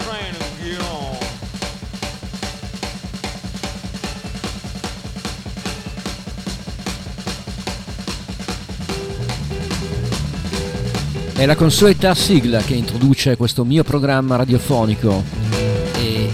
train and get on. È la consueta sigla che introduce questo mio programma radiofonico e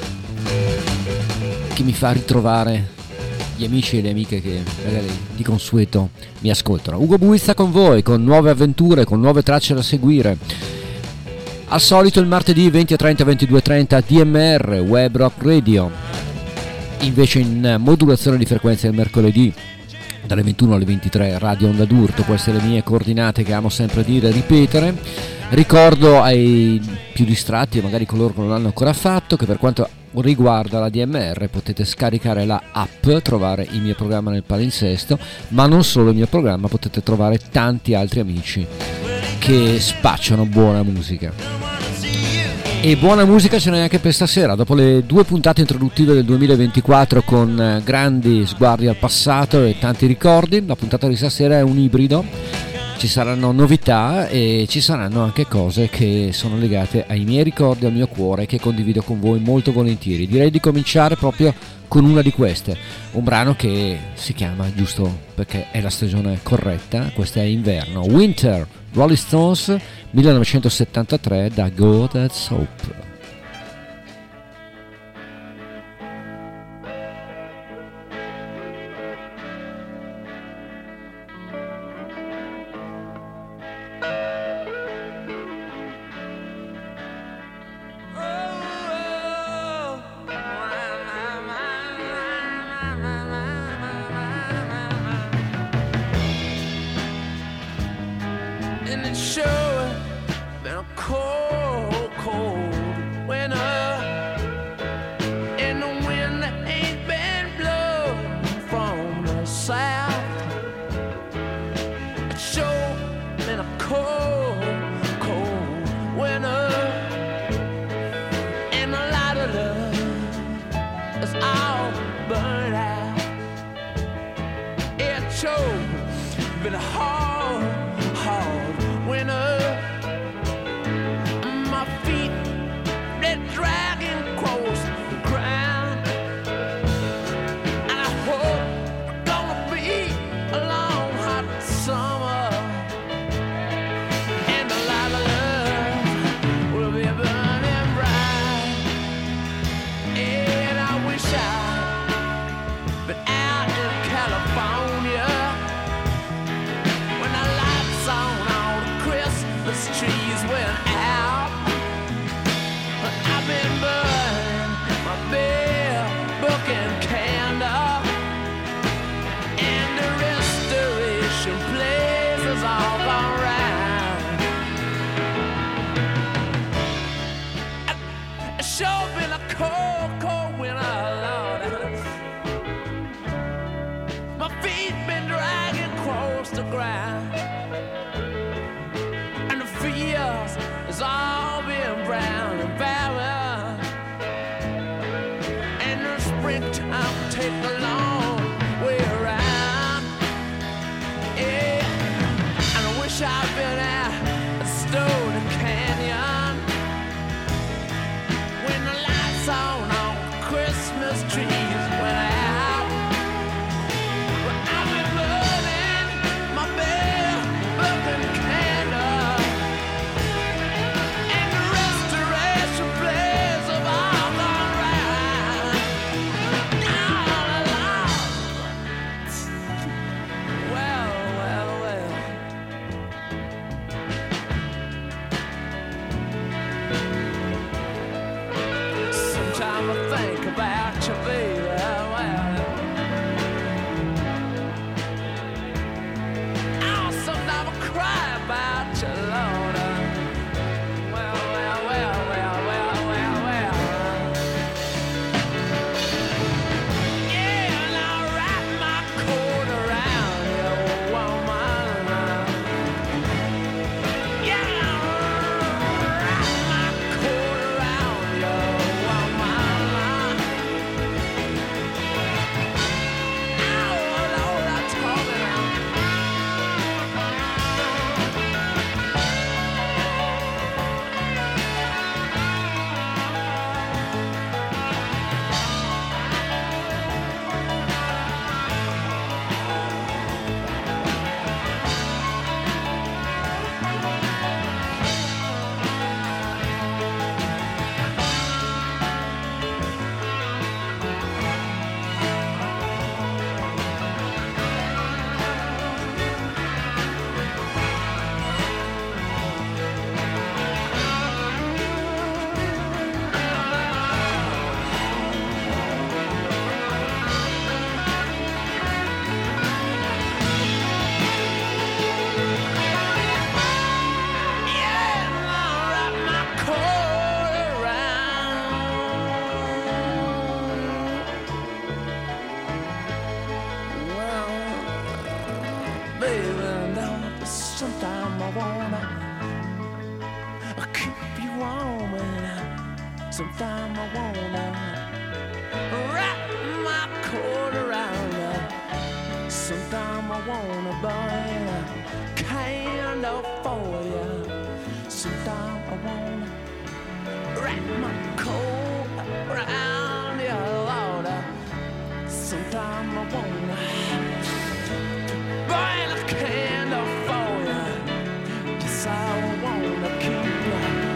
che mi fa ritrovare gli amici e le amiche che magari di consueto mi ascoltano. Ugo Buizza con voi, con nuove avventure, con nuove tracce da seguire. Al solito il martedì 20:30, 22:30 DMR, Web Rock Radio. Invece in modulazione di frequenza il mercoledì dalle 21 alle 23 Radio Onda d'Urto. Queste le mie coordinate che amo sempre dire e ripetere. Ricordo ai più distratti e magari coloro che non l'hanno ancora fatto che per quanto riguarda la DMR potete scaricare la app, trovare il mio programma nel palinsesto, ma non solo il mio programma, potete trovare tanti altri amici che spacciano buona musica. E buona musica ce n'è anche per stasera, dopo le 2 puntate introduttive del 2024 con grandi sguardi al passato e tanti ricordi. La puntata di stasera è un ibrido, ci saranno novità e ci saranno anche cose che sono legate ai miei ricordi, al mio cuore, che condivido con voi molto volentieri. Direi di cominciare proprio con una di queste, un brano che si chiama, giusto perché è la stagione corretta, questa è inverno, Winter, Rolling Stones 1973 da Go That Soap. And it sure been a cold, cold winter, and the wind that ain't been blowing from the south. It sure been a cold, cold winter, and a lot of love is all burned out. It sure been a hard, hard winter. My feet, they're dragging across the ground, and I hope it's gonna be a long hot summer, and a lot of love will be burning bright. And I wish I'd been out in California when the lights on all the Christmas trees went out. I've been burning my bare book and candle, and the restoration place is all gone round. It's sure been a cold, cold winter, Lord. My feet been dragging across the ground, and the fields is all been brown and barren, and the springtime take a long way around. Yeah, and I wish I'd been at Stone Canyon when the lights on all the Christmas trees went out. But I've been burning my bare burning candle, and the restoration plays of all gone round. All along. Well, well, well. Sometimes I think about you, baby. Well, oh, sometimes I cry about you, Lord. Well, well, well, well, well, well, well. Yeah, and I wrap my coat around you, woman. Yeah, and I wrap my coat around you, woman. Sometimes I wanna wrap my coat around her. Sometimes I wanna burn a candle for you. Sometimes I wanna wrap my coat around you, Lord. Sometimes I wanna burn a candle for you. Yes, I wanna keep you.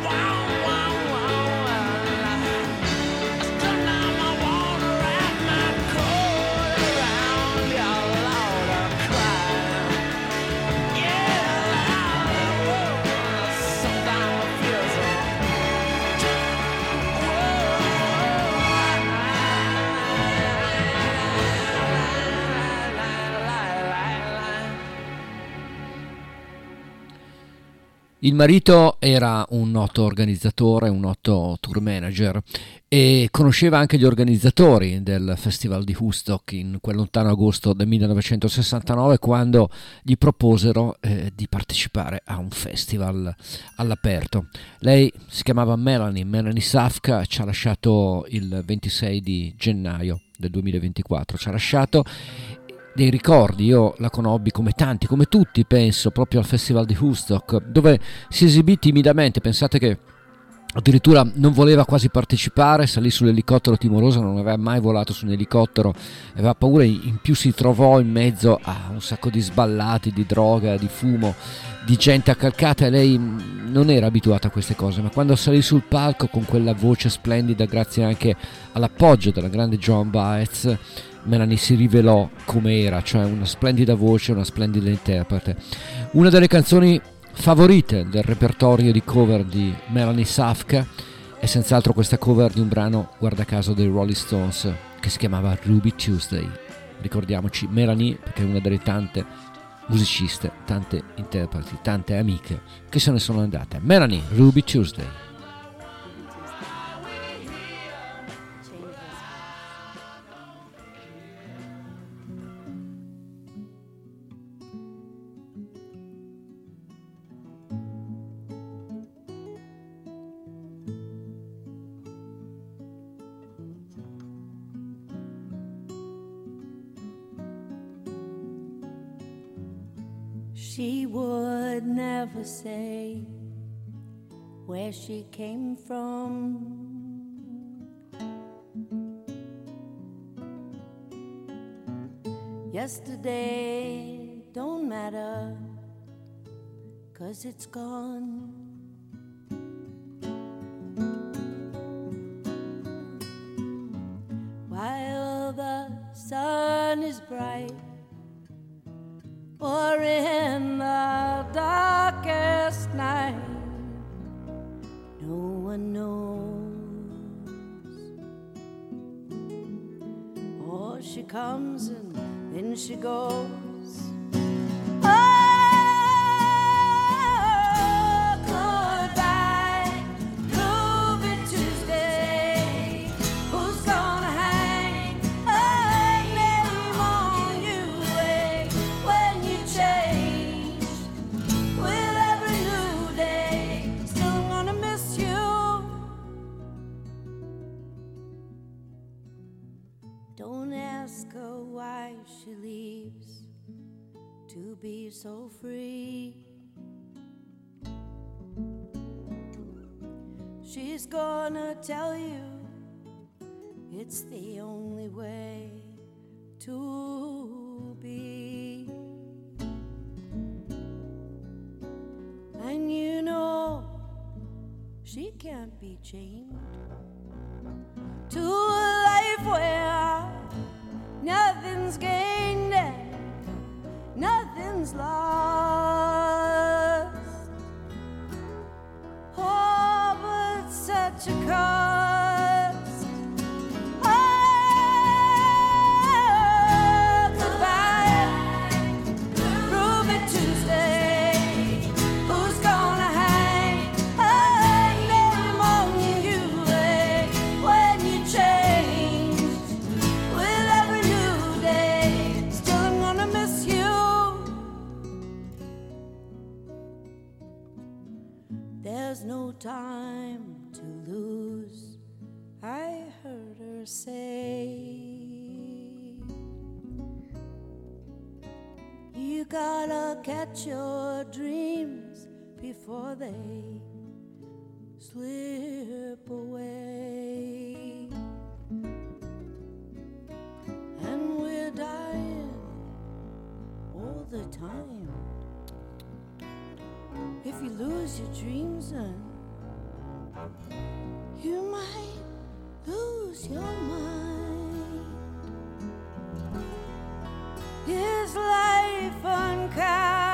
Il marito era un noto organizzatore, un noto tour manager e conosceva anche gli organizzatori del Festival di Woodstock in quel lontano agosto del 1969, quando gli proposero di partecipare a un festival all'aperto. Lei si chiamava Melanie Safka, ci ha lasciato il 26 di gennaio del 2024, ci ha lasciato dei ricordi. Io la conobbi come tanti, come tutti penso, proprio al Festival di Woodstock, dove si esibì timidamente. Pensate che addirittura non voleva quasi partecipare, salì sull'elicottero timorosa, non aveva mai volato su un elicottero, aveva paura, in più si trovò in mezzo a un sacco di sballati, di droga, di fumo, di gente accalcata, e lei non era abituata a queste cose, ma quando salì sul palco con quella voce splendida, grazie anche all'appoggio della grande Joan Baez, Melanie si rivelò come era, cioè una splendida voce, una splendida interprete. Una delle canzoni favorite del repertorio di cover di Melanie Safka è senz'altro questa cover di un brano, guarda caso, dei Rolling Stones, che si chiamava Ruby Tuesday. Ricordiamoci Melanie perché è una delle tante musiciste, tante interpreti, tante amiche che se ne sono andate. Melanie, Ruby Tuesday. She would never say where she came from. Yesterday don't matter, 'cause it's gone. While the sun is bright, or in the darkest night, no one knows. Oh, she comes and then she goes. She leaves to be so free. She's gonna tell you it's the only way to be. And you know she can't be chained to a life where nothing's gained and nothing's lost. Oh, but such a cost. Oh, goodbye, Ruby Tuesday. Who's gonna hang a name on you when you change? gotta catch your dreams before they slip away. And we're dying all the time. If you lose your dreams, then you might lose your mind. Is life unkind?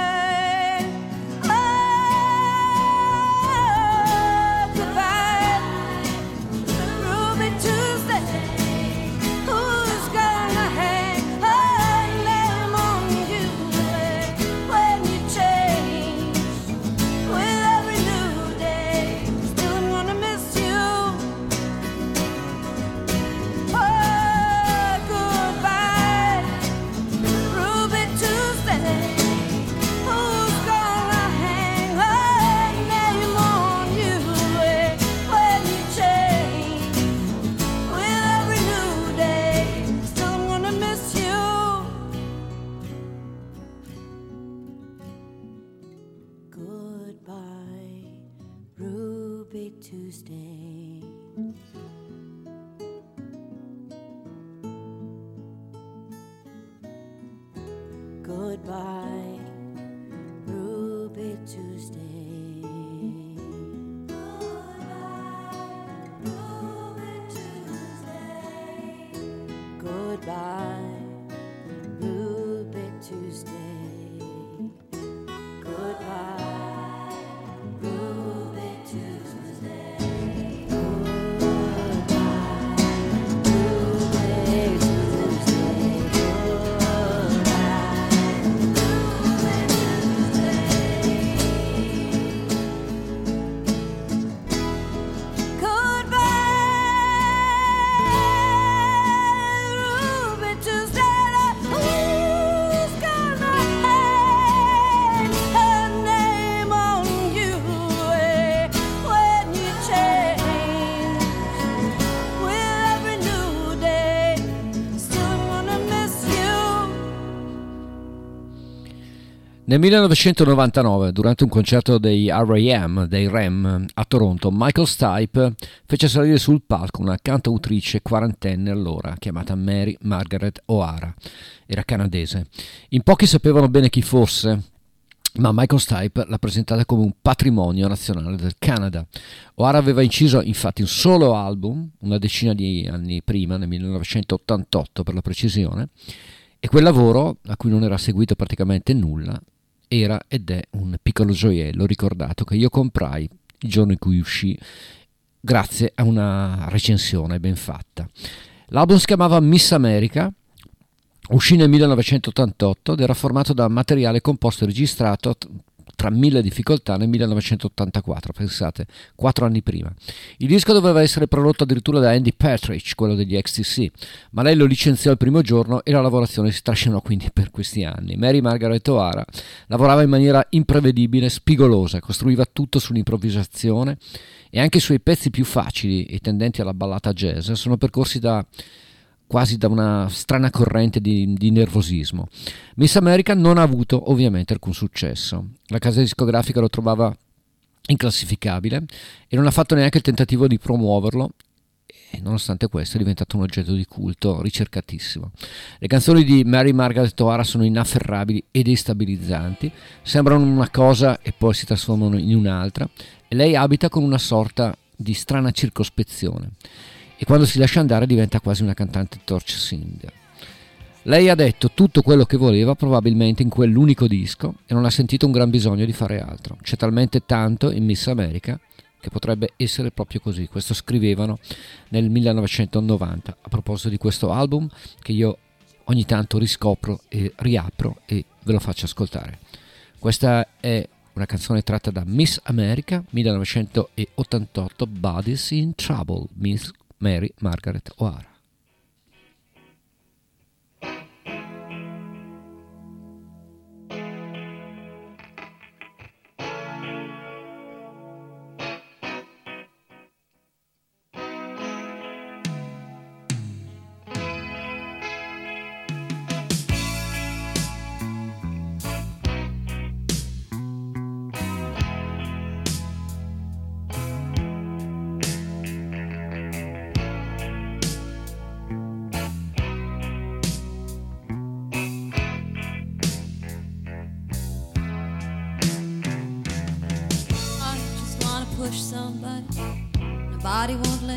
Tuesday. Goodbye, Ruby Tuesday. Goodbye, Ruby Tuesday. Goodbye, Ruby Tuesday. Goodbye. Nel 1999, durante un concerto dei R.A.M., dei REM, a Toronto, Michael Stipe fece salire sul palco una cantautrice quarantenne allora, chiamata Mary Margaret O'Hara. Era canadese. In pochi sapevano bene chi fosse, ma Michael Stipe l'ha presentata come un patrimonio nazionale del Canada. O'Hara aveva inciso infatti un solo album, una decina di anni prima, nel 1988 per la precisione, e quel lavoro, a cui non era seguito praticamente nulla, era ed è un piccolo gioiello ricordato che io comprai il giorno in cui uscì grazie a una recensione ben fatta. L'album si chiamava Miss America, uscì nel 1988 ed era formato da materiale composto e registrato tra mille difficoltà nel 1984, pensate, 4 anni prima. Il disco doveva essere prodotto addirittura da Andy Partridge, quello degli XTC, ma lei lo licenziò il primo giorno e la lavorazione si trascinò quindi per questi anni. Mary Margaret O'Hara lavorava in maniera imprevedibile, spigolosa, costruiva tutto sull'improvvisazione e anche i suoi pezzi più facili e tendenti alla ballata jazz sono percorsi quasi da una strana corrente di nervosismo. Miss America non ha avuto ovviamente alcun successo. La casa discografica lo trovava inclassificabile e non ha fatto neanche il tentativo di promuoverlo, e nonostante questo è diventato un oggetto di culto ricercatissimo. Le canzoni di Mary Margaret O'Hara sono inafferrabili e destabilizzanti, sembrano una cosa e poi si trasformano in un'altra, e lei abita con una sorta di strana circospezione. E quando si lascia andare diventa quasi una cantante torch singer. Lei ha detto tutto quello che voleva probabilmente in quell'unico disco e non ha sentito un gran bisogno di fare altro. C'è talmente tanto in Miss America che potrebbe essere proprio così. Questo scrivevano nel 1990 a proposito di questo album che io ogni tanto riscopro e riapro e ve lo faccio ascoltare. Questa è una canzone tratta da Miss America 1988, Body's in Trouble, Miss Mary Margaret O'Hara.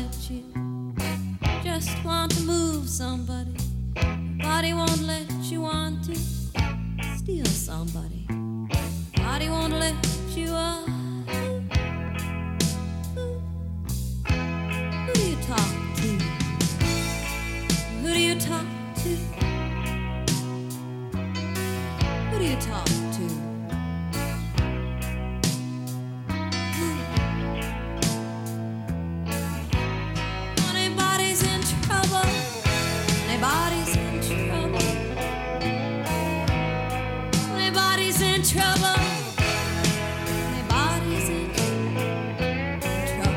let you. Just want to move somebody. Body won't let you want to steal somebody. Body won't let you Who do you talk to? Who do you talk to? Who do you talk to? Anybody's in trouble. Anybody's in trouble. Anybody's in trouble. Anybody's in trouble.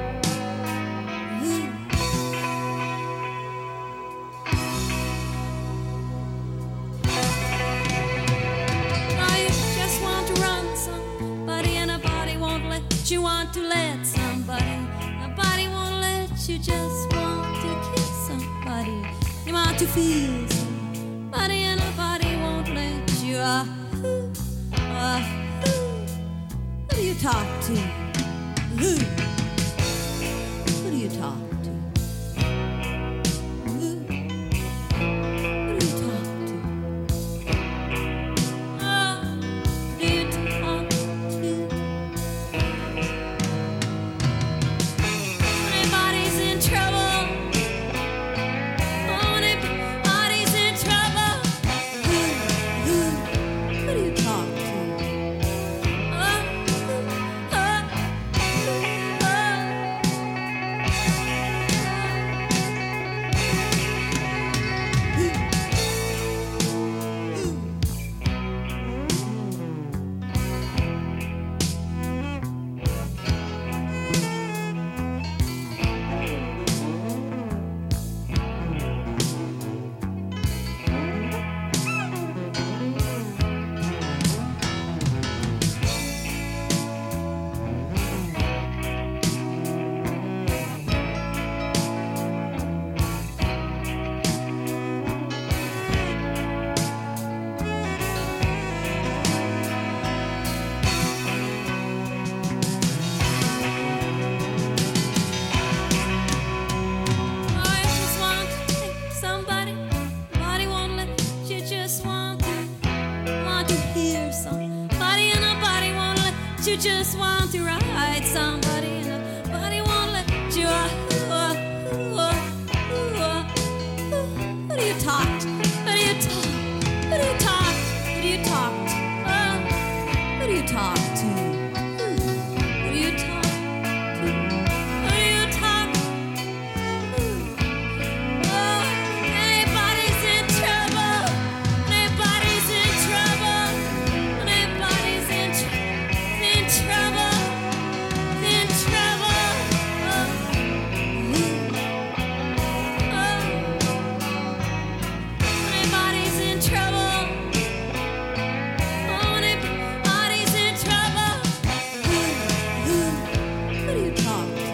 Now you just want to run somebody, and a body won't let you want to let somebody. A body won't let you just want to kiss somebody. You want to feel somebody, and a body won't let you. Who do you talk to? Who do you talk to? Who do you talk to? Who do you talk to? Anybody's in trouble. Anybody's in trouble. Who do you talk to? You just want to ride somebody, and nobody won't let you. Who do you talk to? Who do you talk? Who do you talk? Who do you talk to? Who do you talk to? Who do you talk to? Who do you talk to? Anybody's in trouble. Anybody's in trouble. Anybody's in trouble. In trouble. Anybody's in trouble. Anybody's in trouble. Who do you talk to?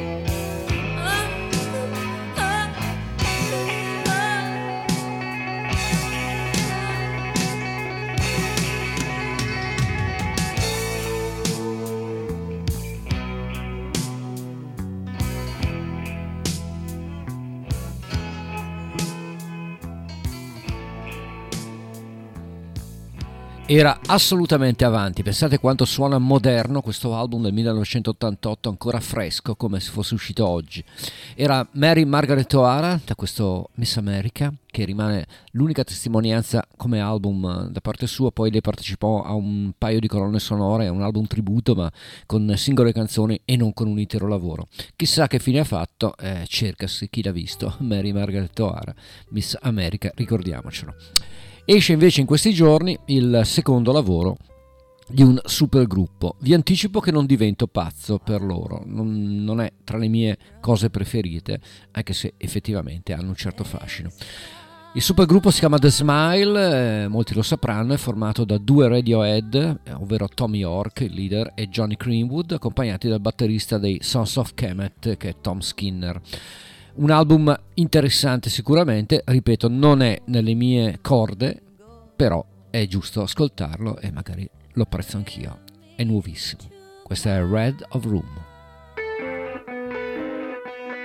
Era assolutamente avanti. Pensate quanto suona moderno questo album del 1988, ancora fresco come se fosse uscito oggi. Era Mary Margaret O'Hara da questo Miss America, che rimane l'unica testimonianza come album da parte sua. Poi lei partecipò a un paio di colonne sonore, a un album tributo, ma con singole canzoni e non con un intero lavoro. Chissà che fine ha fatto, cercasi chi l'ha visto. Mary Margaret O'Hara, Miss America, ricordiamocelo. Esce invece in questi giorni il secondo lavoro di un supergruppo. Vi anticipo che non divento pazzo per loro, non è tra le mie cose preferite, anche se effettivamente hanno un certo fascino. Il supergruppo si chiama The Smile, molti lo sapranno, è formato da due Radiohead, ovvero Tom York, il leader, e Johnny Greenwood, accompagnati dal batterista dei Sons of Kemet, che è Tom Skinner. Un album interessante sicuramente, ripeto, non è nelle mie corde, però è giusto ascoltarlo e magari lo apprezzo anch'io. È nuovissimo. Questa è Red of Room.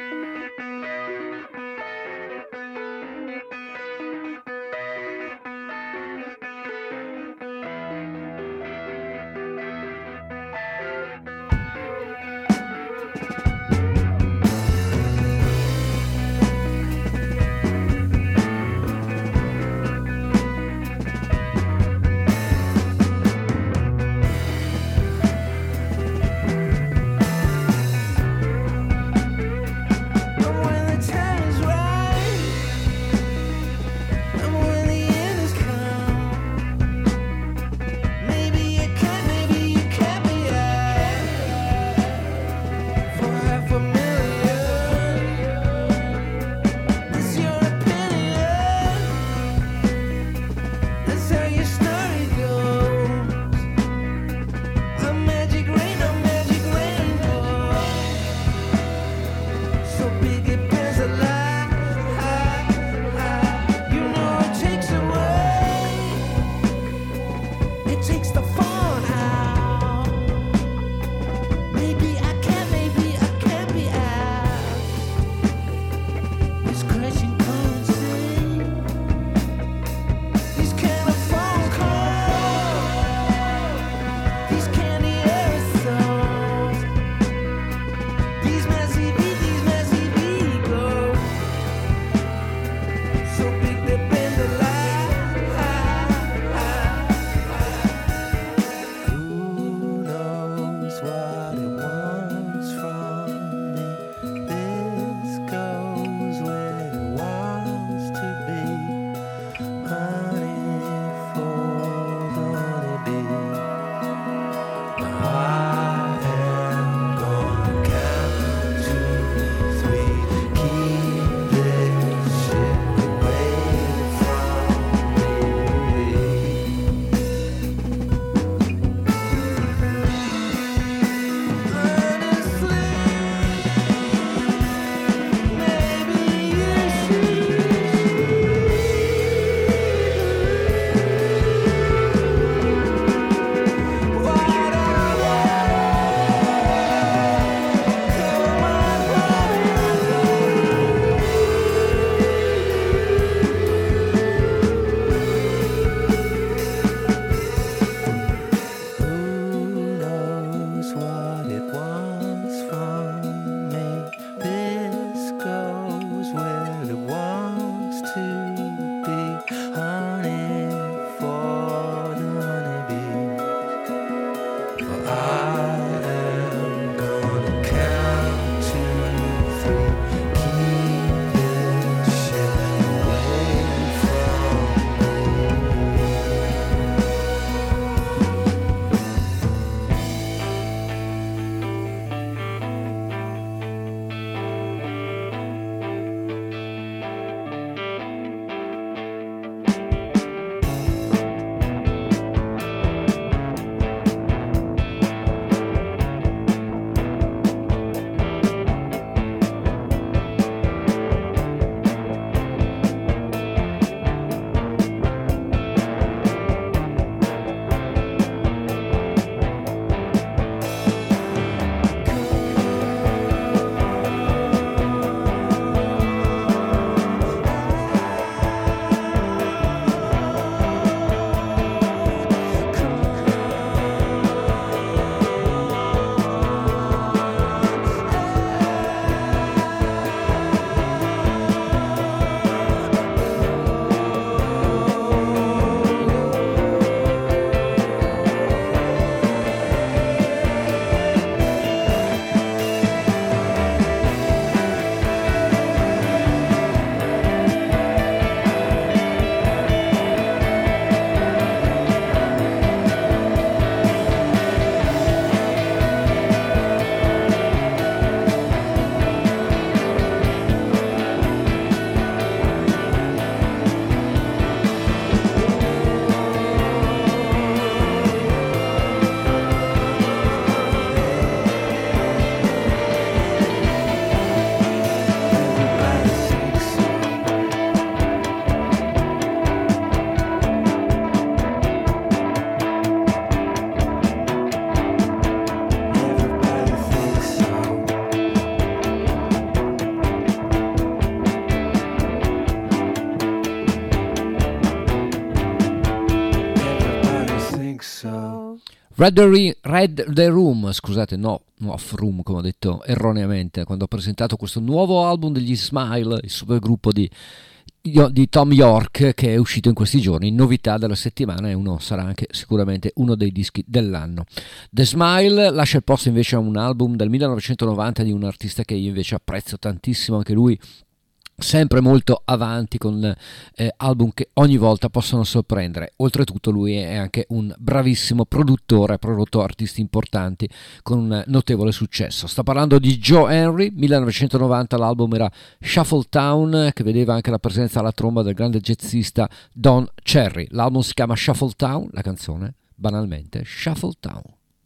Red The Room, scusate, no, Off Room, come ho detto erroneamente quando ho presentato questo nuovo album degli Smile, il supergruppo di Tom York, che è uscito in questi giorni, novità della settimana, e sarà anche sicuramente uno dei dischi dell'anno. The Smile lascia il posto invece a un album del 1990 di un artista che io invece apprezzo tantissimo, anche lui sempre molto avanti con album che ogni volta possono sorprendere. Oltretutto lui è anche un bravissimo produttore, ha prodotto artisti importanti con un notevole successo. Sto parlando di Joe Henry. 1990 l'album era Shuffle Town, che vedeva anche la presenza alla tromba del grande jazzista Don Cherry. L'album si chiama Shuffle Town, la canzone banalmente Shuffle Town.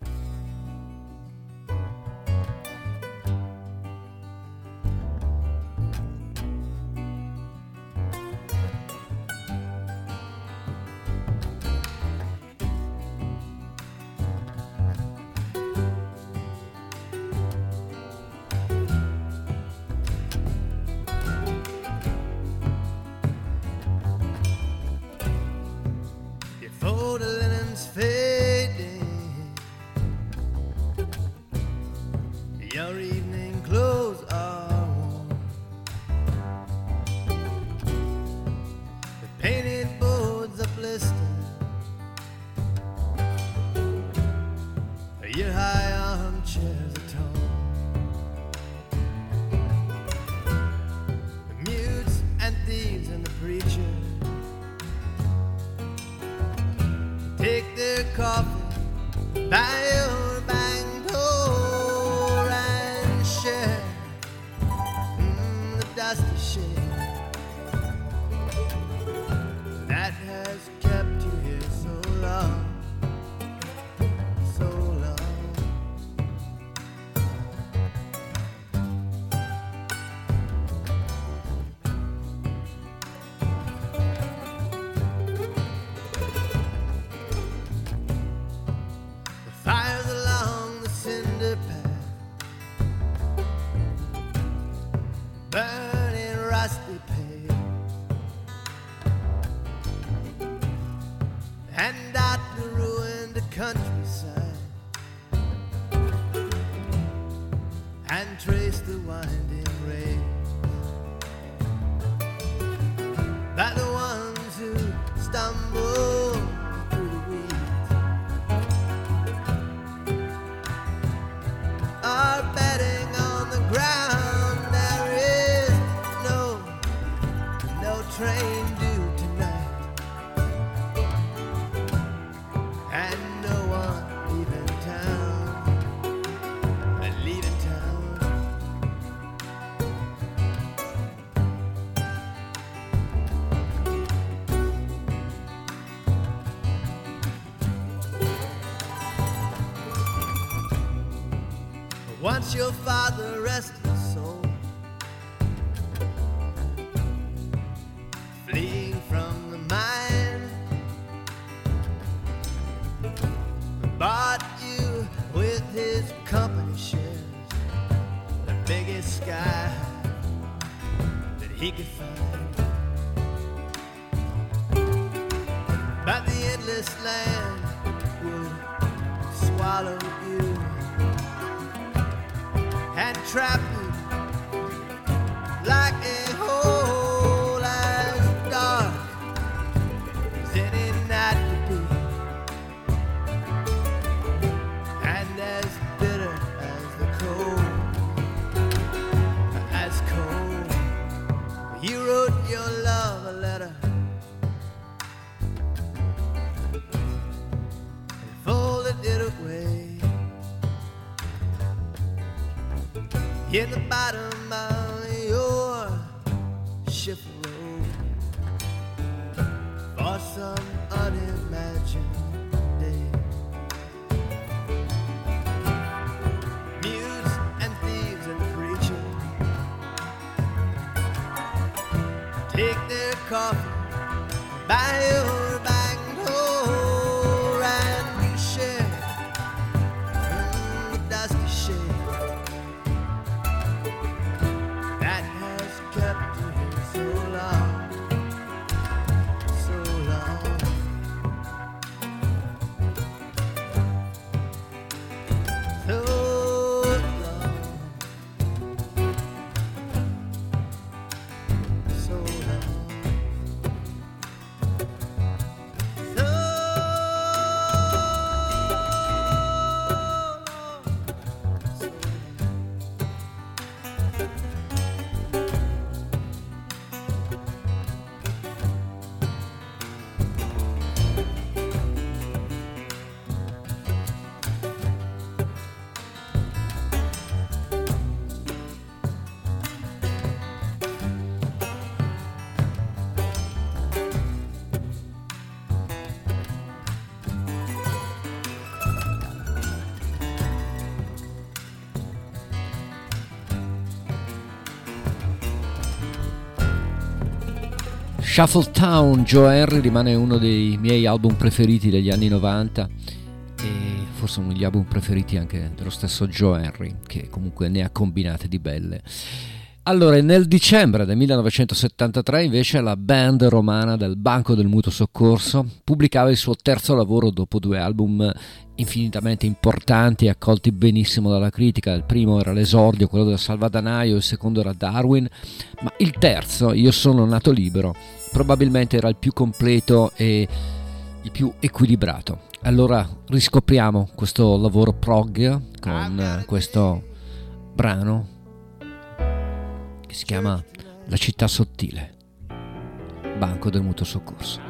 Before the linen's fading, your evening clothes are worn, the painted boards are blistered, your high armchairs are torn, the mutes and thieves and the preacher take their coffee by your bank door and share the dusty shade that has kept you here so long, so long. Fires along the cinder path, burning rusty pale, and out the ruined countryside, and trace the winding rails by the ones who stumble through the weeds, are betting on the ground. There is no train due tonight, and no one leaving town. Once your father rest his soul, fleeing from the mine, bought you with his company shares, the biggest sky that he could find, but the endless land would swallow you and trap you like a hole as dark as any night could be, and as bitter as the cold, as cold. You wrote your love a letter and folded it away in the bottom of your shift road for some unimagined day. Mutes and thieves and preachers take their coffee by your back door, and you share the dusty shade that has kept you here so long, so long. Shuffle Town, Joe Henry rimane uno dei miei album preferiti degli anni 90 e forse uno degli album preferiti anche dello stesso Joe Henry, che comunque ne ha combinate di belle. Allora, nel dicembre del 1973 invece la band romana del Banco del Mutuo Soccorso pubblicava il suo terzo lavoro dopo 2 album infinitamente importanti e accolti benissimo dalla critica. Il primo era l'esordio, quello del Salvadanaio, il secondo era Darwin, ma il terzo, Io sono nato libero, probabilmente era il più completo e il più equilibrato. Allora riscopriamo questo lavoro prog con questo brano che si chiama La città sottile, Banco del Mutuo Soccorso.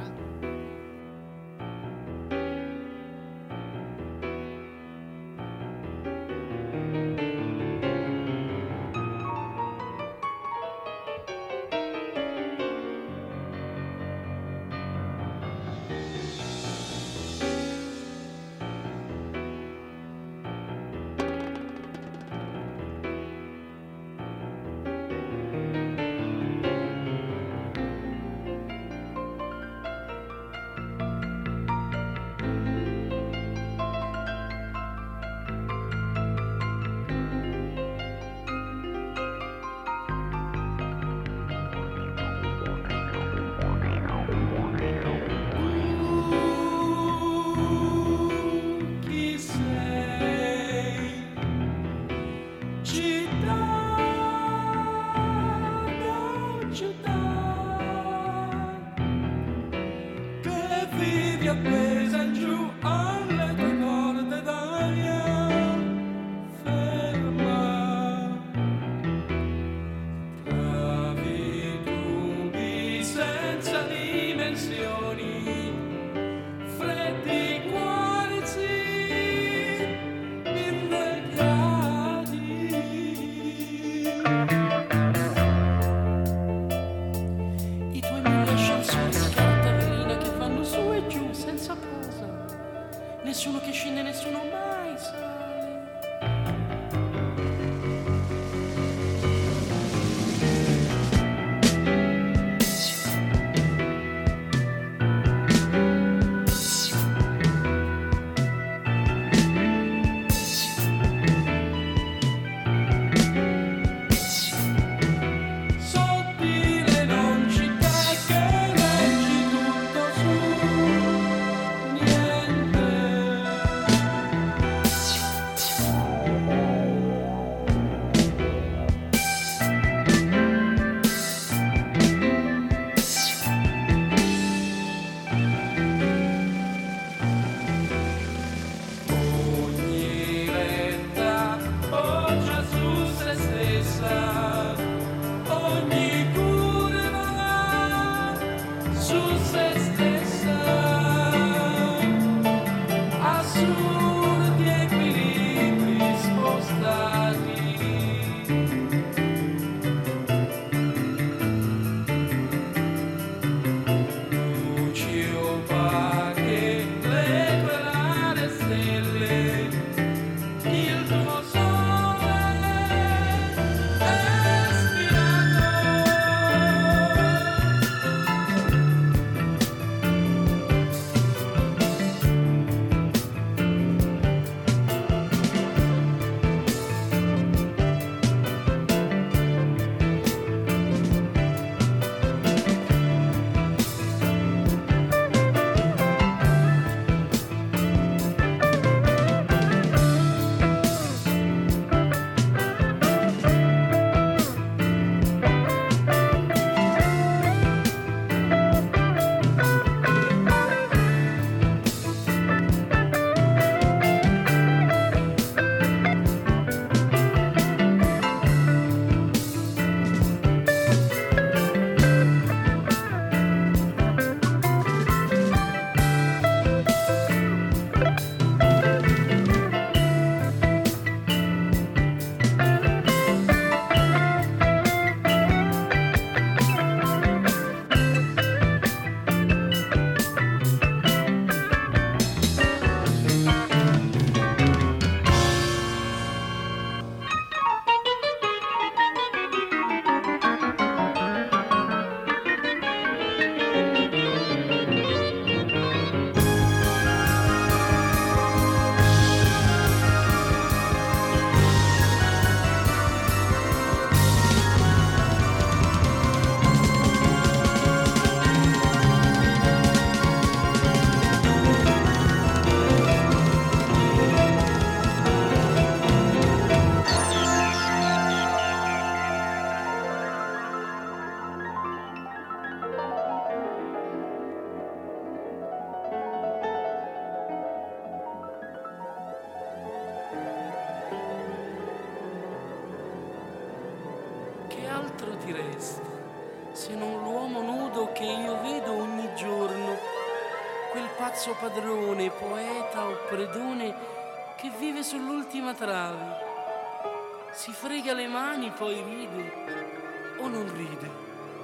che io vedo ogni giorno, quel pazzo padrone, poeta o predone che vive sull'ultima trave. Si frega le mani, poi ride o non ride.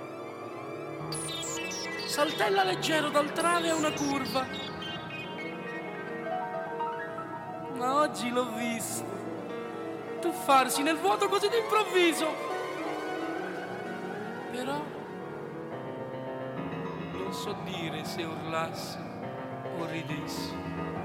Saltella leggero dal trave a una curva. Ma oggi l'ho visto tuffarsi nel vuoto così d'improvviso. Però non so dire se urlassi o ridessi.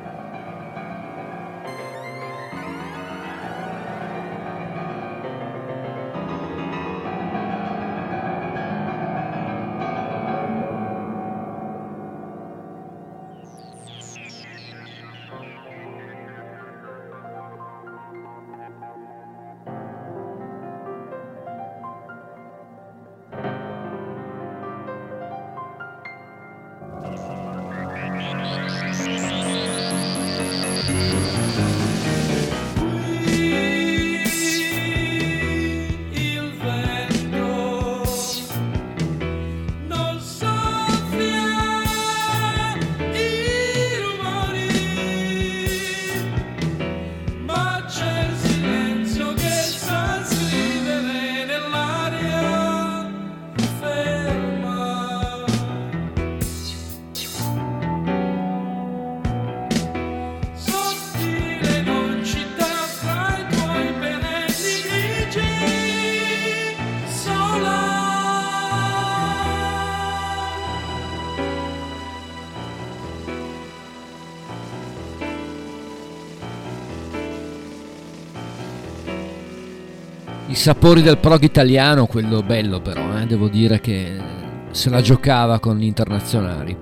I sapori del prog italiano, quello bello però, devo dire che se la giocava con gli internazionali.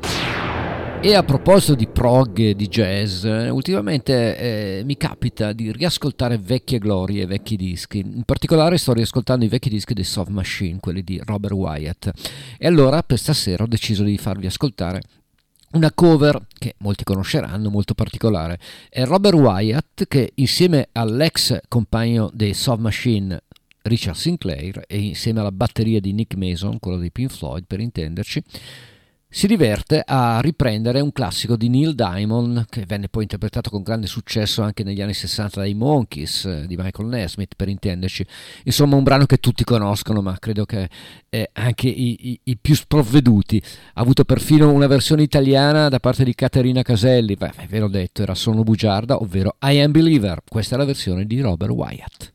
E a proposito di prog e di jazz, ultimamente mi capita di riascoltare vecchie glorie, vecchi dischi. In particolare sto riascoltando i vecchi dischi dei Soft Machine, quelli di Robert Wyatt. E allora per stasera ho deciso di farvi ascoltare una cover che molti conosceranno, molto particolare. È Robert Wyatt che insieme all'ex compagno dei Soft Machine Richard Sinclair e insieme alla batteria di Nick Mason, quello dei Pink Floyd per intenderci, si diverte a riprendere un classico di Neil Diamond che venne poi interpretato con grande successo anche negli anni 60 dai Monkees di Michael Nesmith per intenderci. Insomma, un brano che tutti conoscono, ma credo che anche i più sprovveduti. Ha avuto perfino una versione italiana da parte di Caterina Caselli. Ve l'ho detto, era Sono bugiarda, ovvero I Am Believer. Questa è la versione di Robert Wyatt.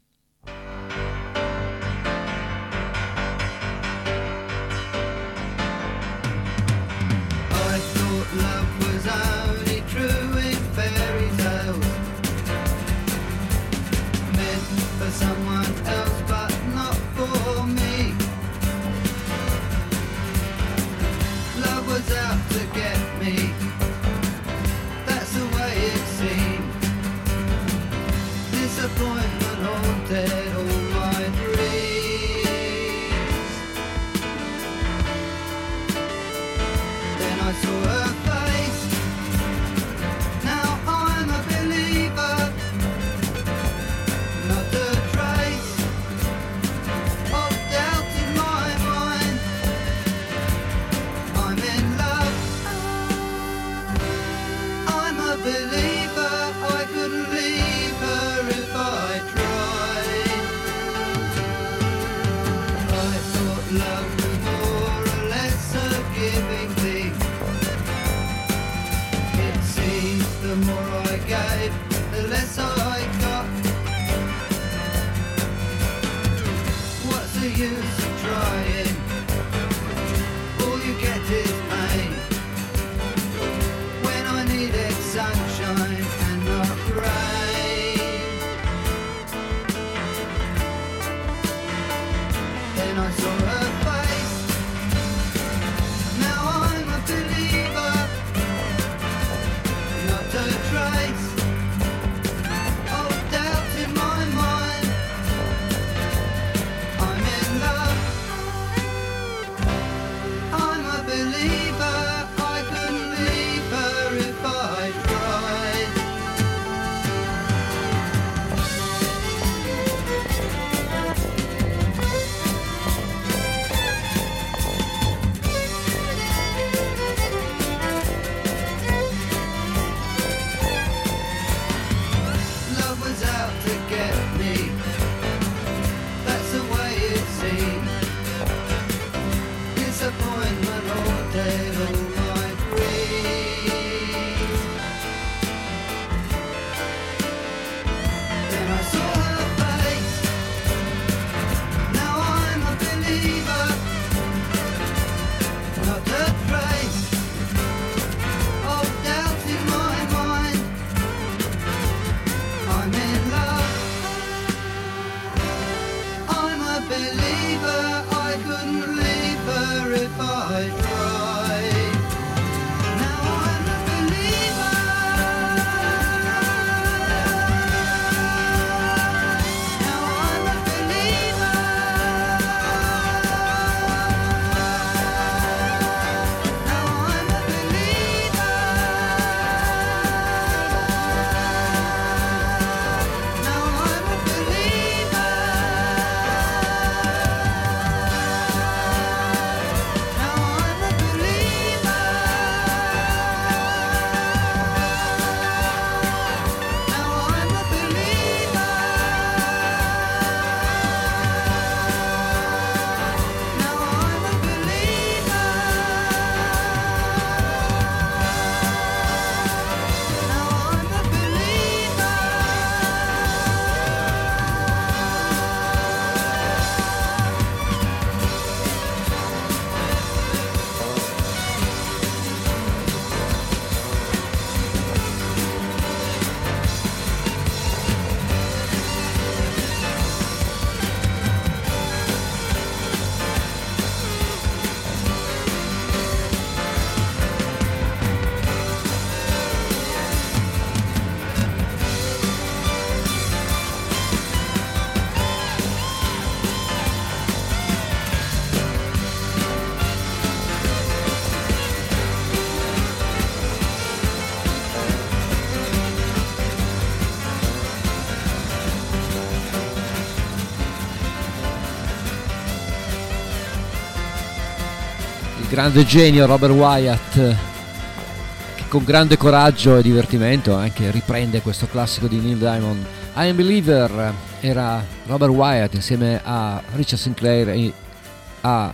grande genio Robert Wyatt, che con grande coraggio e divertimento anche riprende questo classico di Neil Diamond. I Am Believer era Robert Wyatt insieme a Richard Sinclair e a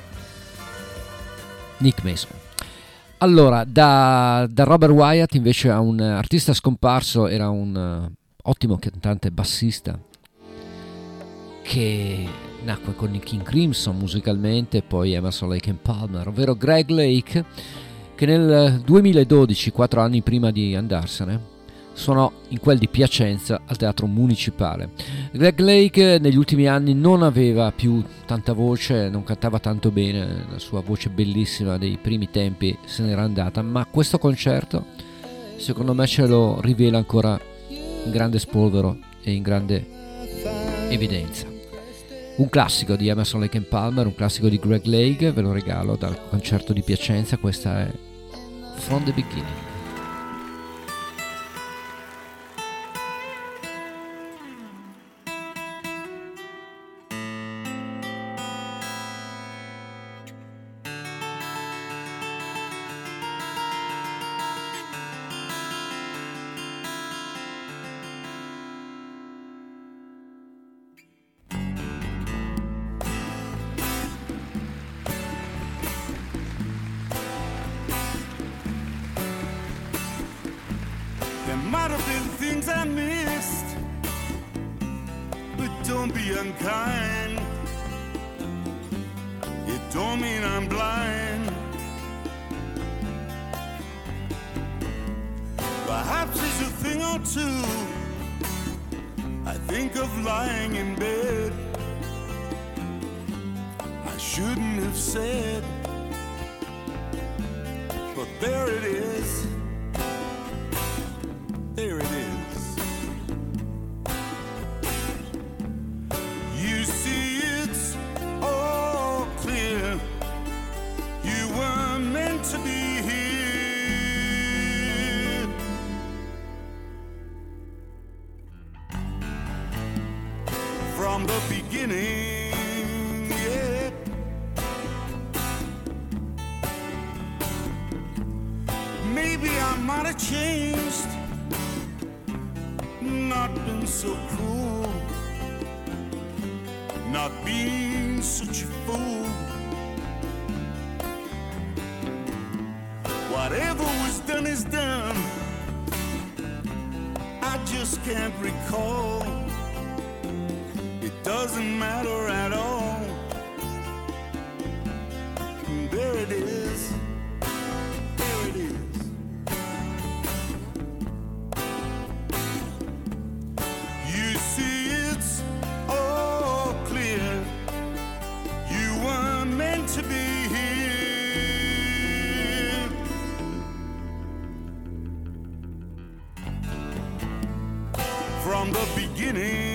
Nick Mason. Allora, da Robert Wyatt invece a un artista scomparso, era un ottimo cantante bassista che nacque con i King Crimson musicalmente, poi Emerson, Lake and Palmer, ovvero Greg Lake, che nel 2012, 4 anni prima di andarsene, suonò in quel di Piacenza al Teatro Municipale. Greg Lake negli ultimi anni non aveva più tanta voce, non cantava tanto bene, la sua voce bellissima dei primi tempi se n'era andata, ma questo concerto secondo me ce lo rivela ancora in grande spolvero e in grande evidenza. Un classico di Emerson, Lake and Palmer, un classico di Greg Lake, ve lo regalo dal concerto di Piacenza, questa è From the Beginning. From the beginning, yeah. Maybe I might have changed, not been so cruel, not being such a fool. Whatever was done is done, I just can't recall. It doesn't matter at all. There it is. There it is. You see, it's all clear. You weren't meant to be here. From the beginning.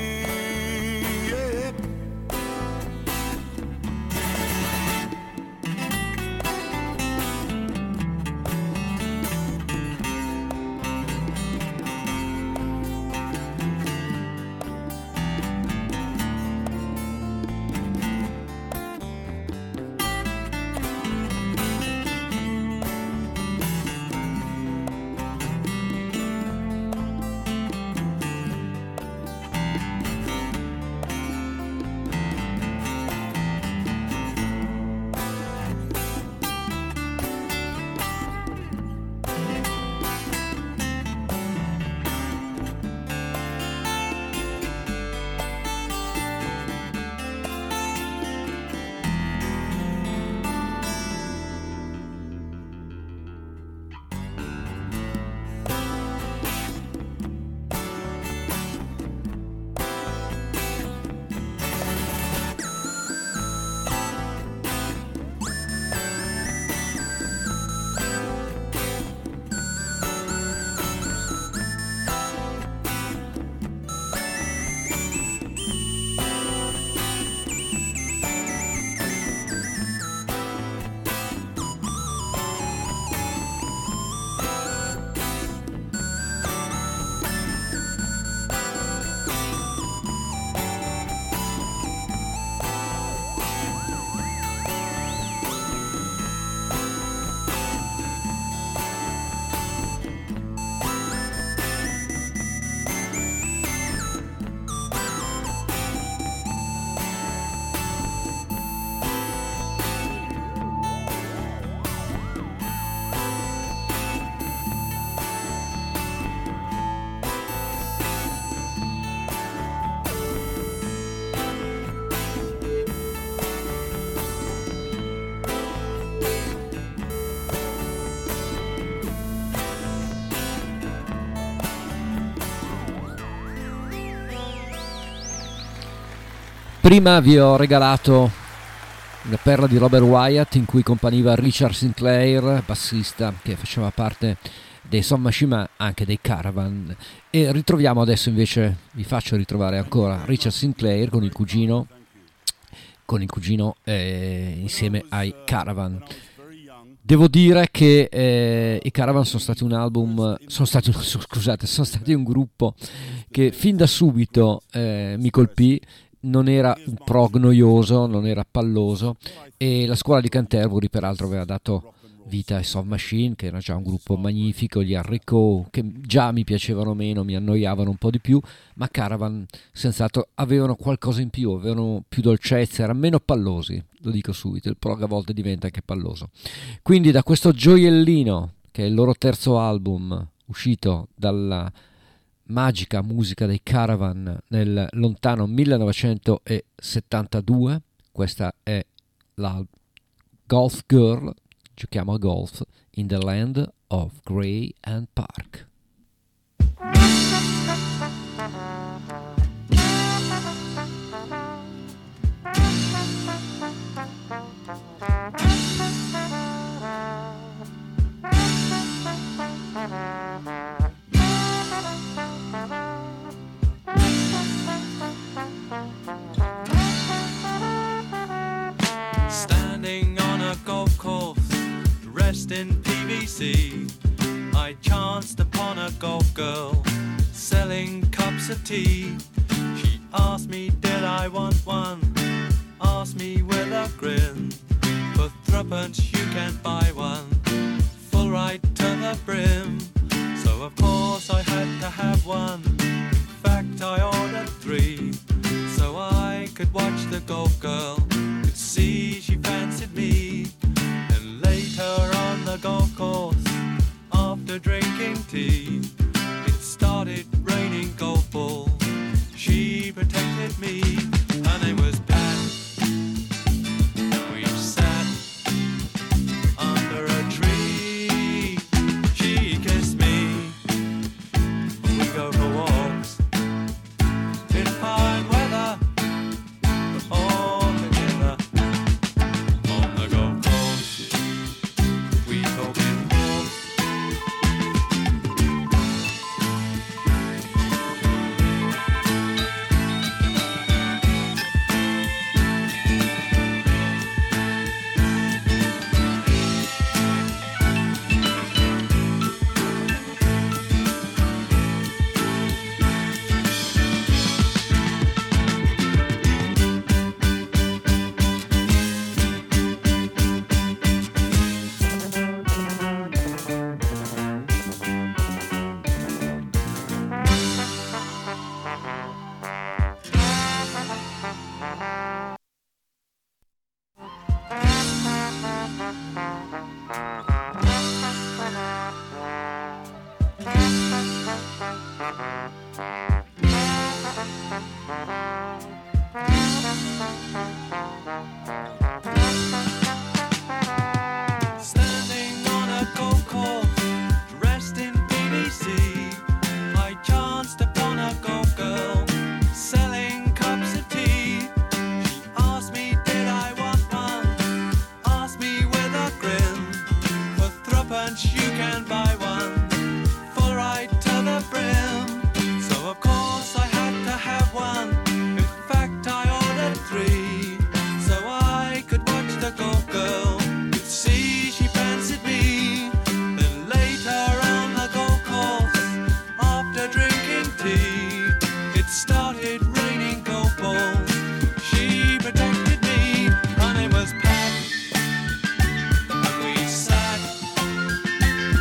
Prima vi ho regalato una perla di Robert Wyatt in cui componiva Richard Sinclair, bassista che faceva parte dei Sound Machine ma anche dei Caravan, e ritroviamo adesso invece, vi faccio ritrovare ancora Richard Sinclair con il cugino insieme ai Caravan. Devo dire che i Caravan sono stati un gruppo che fin da subito mi colpì. Non era un prog noioso, non era palloso, e la scuola di Canterbury peraltro aveva dato vita ai Sound Machine, che era già un gruppo magnifico, gli Harrico, che già mi piacevano meno, mi annoiavano un po' di più, ma Caravan senz'altro avevano qualcosa in più, avevano più dolcezza, erano meno pallosi, lo dico subito, il prog a volte diventa anche palloso. Quindi da questo gioiellino, che è il loro terzo album, uscito dalla magica musica dei Caravan nel lontano 1972, questa è la Golf Girl, giochiamo a golf in the land of Gray and Park. Standing on a golf course, dressed in PVC, I chanced upon a golf girl selling cups of tea. She asked me did I want one, asked me with a grin, for threepence you can buy one, full right to the brim. So of course I had to have one, in fact I ordered three, so I could watch the golf girl, could see she fancied me. And later on the golf course, after drinking tea, it started raining golf balls. She protected me. Her name was Pat. We sat under a tree. She kissed me. We go for walks in fine weather, all together on the golf course. We talk in walks. Standing on a golf course, dressed in PVC, I chanced upon a golf girl selling cups of tea. She asked me did I want one, asked me with a grin, for threepence you can buy one, full right to the brim. So of course I had to have one, in fact I ordered three, so I could watch the golf girl, could see she fancied me. Then later on the golf course, after drinking tea, it started raining golf balls. She protected me. Her name was Pat, and we sat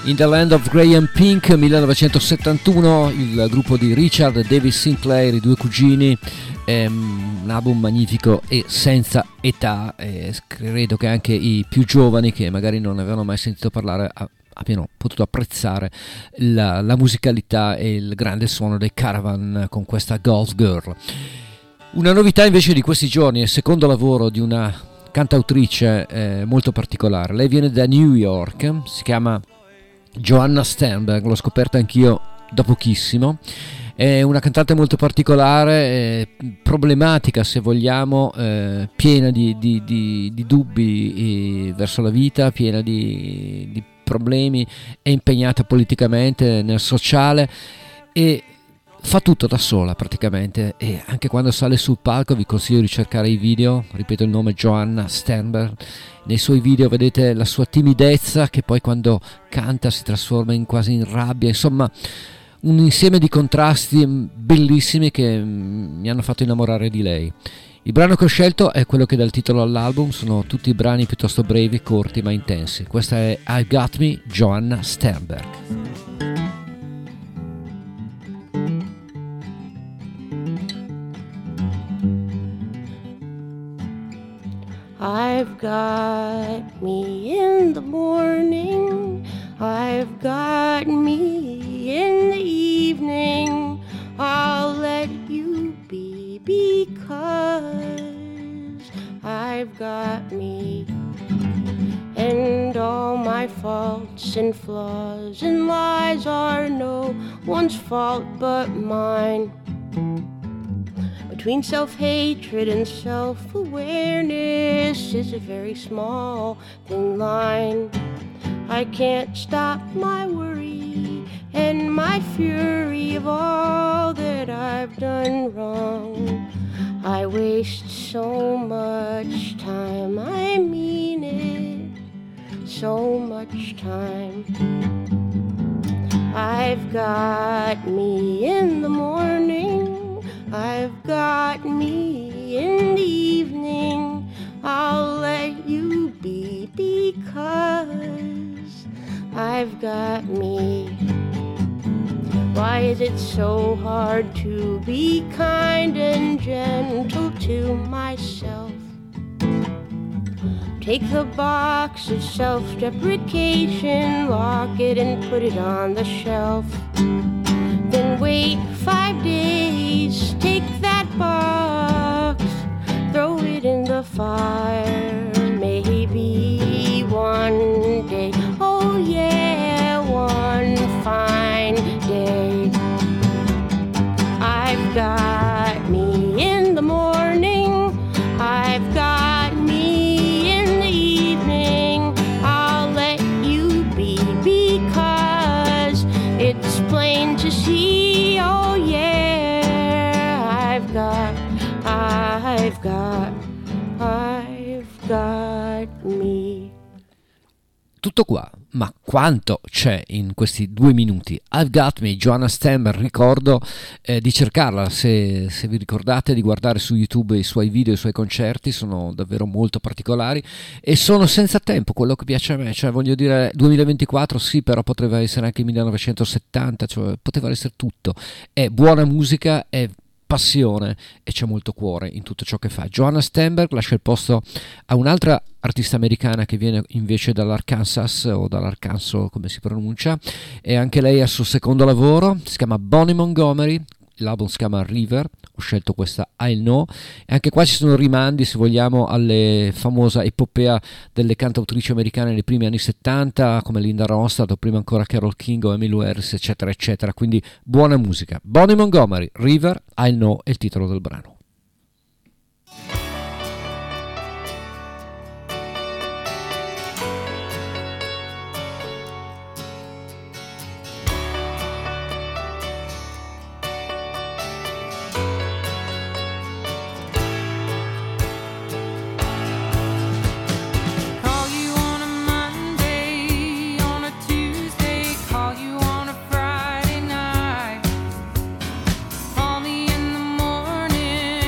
In the Land of Graham Pink, 1971, il gruppo di Richard e David Sinclair, i due cugini, un album magnifico e senza età, credo che anche i più giovani che magari non avevano mai sentito parlare abbiano potuto apprezzare la musicalità e il grande suono dei Caravan con questa Golf Girl. Una novità invece di questi giorni è il secondo lavoro di una cantautrice molto particolare. Lei viene da New York, si chiama Joanna Sternberg, l'ho scoperta anch'io da pochissimo. È una cantante molto particolare, problematica se vogliamo, piena di dubbi verso la vita, piena di problemi, è impegnata politicamente nel sociale e fa tutto da sola praticamente, e anche quando sale sul palco vi consiglio di cercare i video, ripeto il nome Joanna Sternberg. Nei suoi video vedete la sua timidezza che poi quando canta si trasforma quasi in rabbia, insomma un insieme di contrasti bellissimi che mi hanno fatto innamorare di lei. Il brano che ho scelto è quello che dà il titolo all'album, sono tutti brani piuttosto brevi, corti ma intensi. Questa è I Got Me, Joanna Sternberg. I've got me in the morning, I've got me in the evening, I'll let you be because I've got me. And all my faults and flaws and lies are no one's fault but mine. Between self-hatred and self-awareness is a very small, thin line. I can't stop my worry and my fury of all that I've done wrong. I waste so much time, I mean it, so much time. I've got me in the morning, I've got me in the evening, I'll let you be because I've got me. Why is it so hard to be kind and gentle to myself? Take the box of self-deprecation, lock it and put it on the shelf. Then wait 5 days, take that box, throw it in the fire. Maybe one day, oh yeah, one fine day. I've got me in the morning, I've got me in the evening, I'll let you be because it's plain to see, oh yeah, I've got me. Tutto qua, ma quanto c'è in questi 2 minuti? I've Got Me, Joanna Sternberg. Ricordo di cercarla, se vi ricordate, di guardare su YouTube i suoi video, i suoi concerti, sono davvero molto particolari e sono senza tempo, quello che piace a me, cioè voglio dire 2024 sì, però poteva essere anche 1970, cioè poteva essere tutto. È buona musica, è passione e c'è molto cuore in tutto ciò che fa. Joanna Sternberg lascia il posto a un'altra artista americana che viene invece dall'Arkansas o dall'Arkansas come si pronuncia, e anche lei ha il suo secondo lavoro, si chiama Bonnie Montgomery, l'album si chiama River, ho scelto questa I Know, e anche qua ci sono rimandi se vogliamo alle famosa epopea delle cantautrici americane nei primi anni 70 come Linda Ronstadt o prima ancora Carole King o Emmylou Harris eccetera eccetera, quindi buona musica. Bonnie Montgomery, River, I Know è il titolo del brano. Call me in the morning.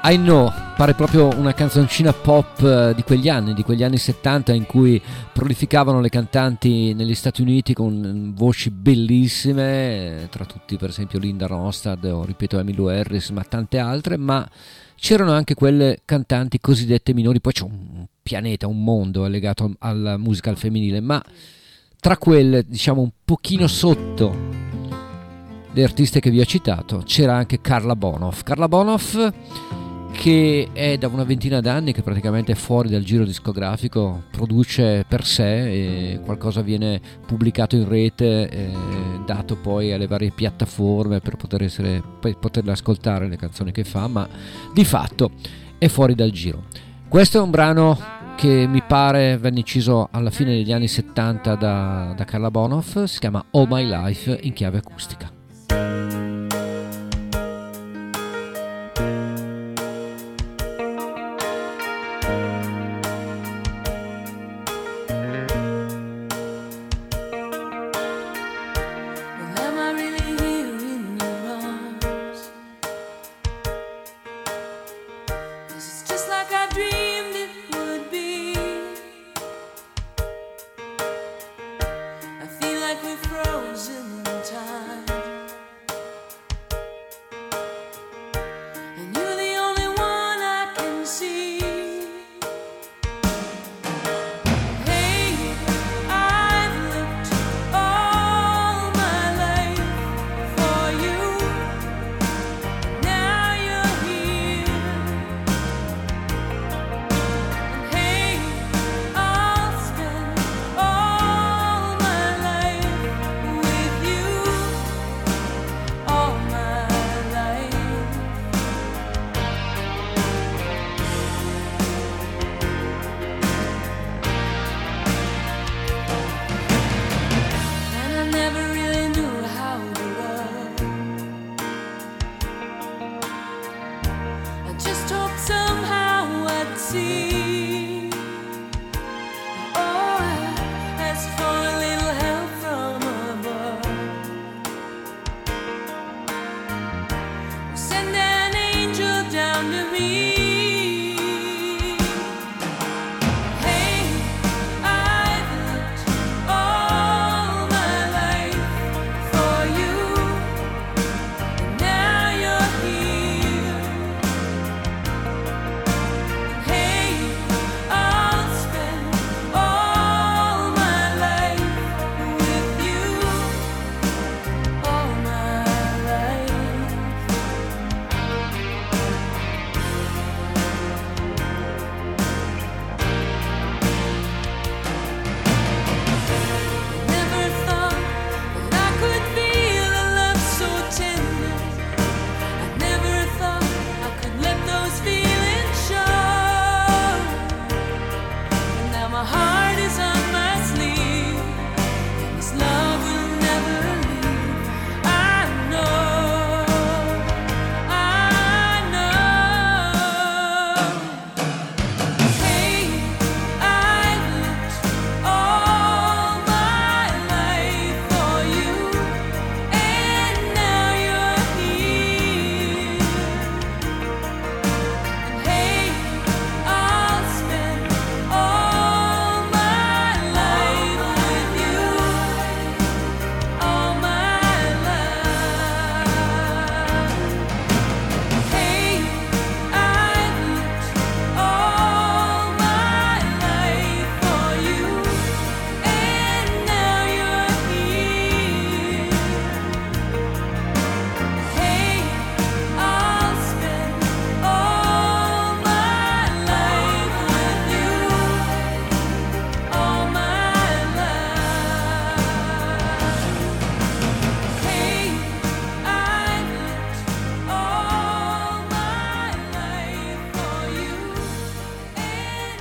I Know, pare proprio una canzoncina pop di quegli anni 70, in cui prolificavano le cantanti negli Stati Uniti con voci bellissime, tra tutti per esempio Linda Ronstadt o ripeto Emmylou Harris, ma tante altre, ma c'erano anche quelle cantanti cosiddette minori. Poi c'è un pianeta, un mondo legato alla musica al femminile, ma tra quelle diciamo un pochino sotto le artiste che vi ho citato c'era anche Karla Bonoff, che è da una ventina d'anni che praticamente è fuori dal giro discografico, produce per sé e qualcosa viene pubblicato in rete, dato poi alle varie piattaforme per poterle ascoltare le canzoni che fa, ma di fatto è fuori dal giro. Questo è un brano che mi pare venne inciso alla fine degli anni 70 da Karla Bonoff, si chiama All My Life in chiave acustica.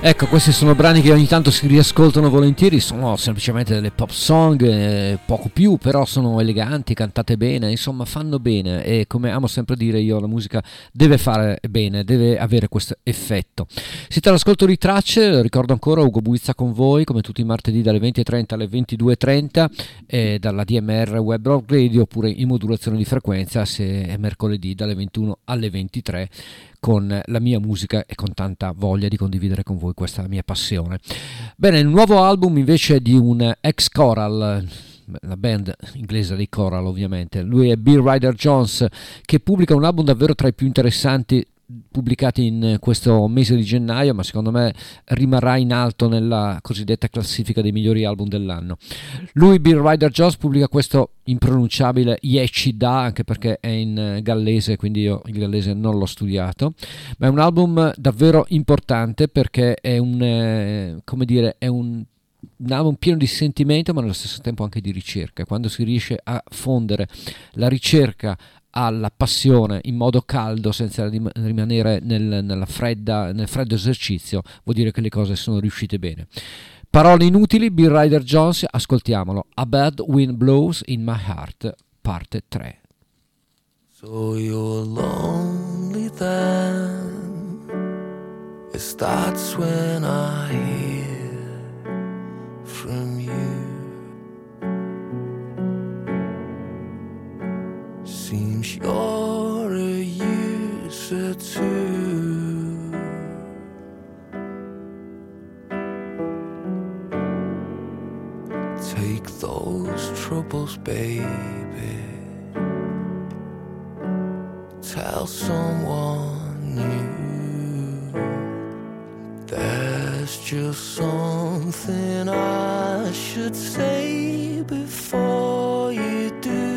Ecco, questi sono brani che ogni tanto si riascoltano volentieri, sono semplicemente delle pop song, poco più, però sono eleganti, cantate bene, insomma fanno bene, e come amo sempre dire io, la musica deve fare bene, deve avere questo effetto. Siete all'ascolto di Tracce, ricordo ancora Ugo Buizza con voi, come tutti i martedì dalle 20.30 alle 22.30, dalla DMR Web Rock Radio, oppure in modulazione di frequenza se è mercoledì dalle 21 alle 23, con la mia musica e con tanta voglia di condividere con voi questa mia passione. Bene, il nuovo album invece di un ex Coral, la band inglese dei Coral ovviamente, lui è Bill Ryder Jones, che pubblica un album davvero tra i più interessanti pubblicati in questo mese di gennaio, ma secondo me rimarrà in alto nella cosiddetta classifica dei migliori album dell'anno. Lui, Bill Ryder Jones, pubblica questo impronunciabile Yechida, anche perché è in gallese, quindi io il gallese non l'ho studiato, ma è un album davvero importante perché è un album pieno di sentimento, ma nello stesso tempo anche di ricerca. Quando si riesce a fondere la ricerca alla passione in modo caldo, senza rimanere nel freddo esercizio, vuol dire che le cose sono riuscite bene. Parole inutili, Bill Ryder Jones, ascoltiamolo. A Bad Wind Blows in My Heart, parte 3. So you're lonely then. It starts when I hear from you. Seems you're a user too. Take those troubles, baby. Tell someone new. There's just something I should say before you do.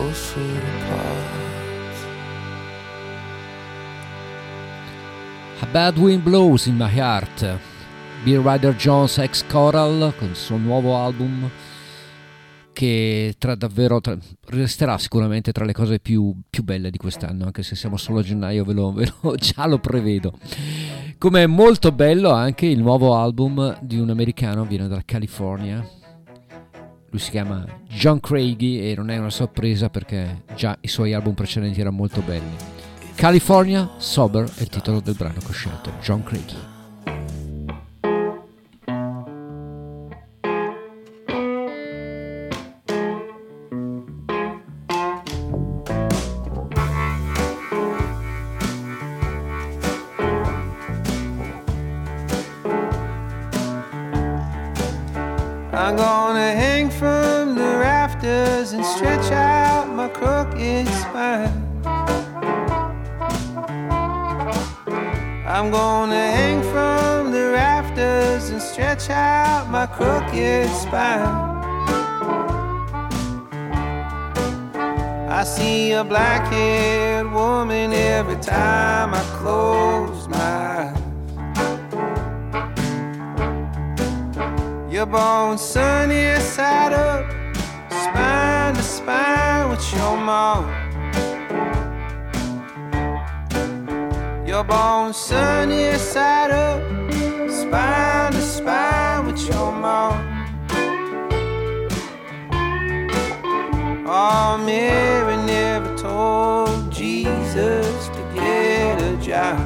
closer apart. A Bad Wind Blows in My Heart, Bill Ryder Jones ex Coral con il suo nuovo album che resterà sicuramente tra le cose più belle di quest'anno, anche se siamo solo a gennaio, già lo prevedo. Come è molto bello anche il nuovo album di un americano, viene dalla California, lui si chiama John Craigie e non è una sorpresa perché già i suoi album precedenti erano molto belli. California Sober è il titolo del brano che ho scelto, John Craigie. I'm gonna hang from the rafters and stretch out my crooked spine. I'm gonna hang from the rafters and stretch out my crooked spine. I see a black-haired woman every time I close my eyes. You're born sunny side up, spine to spine with your mom. You're born sunny side up, spine to spine with your mom. Oh, Mary never told Jesus to get a job.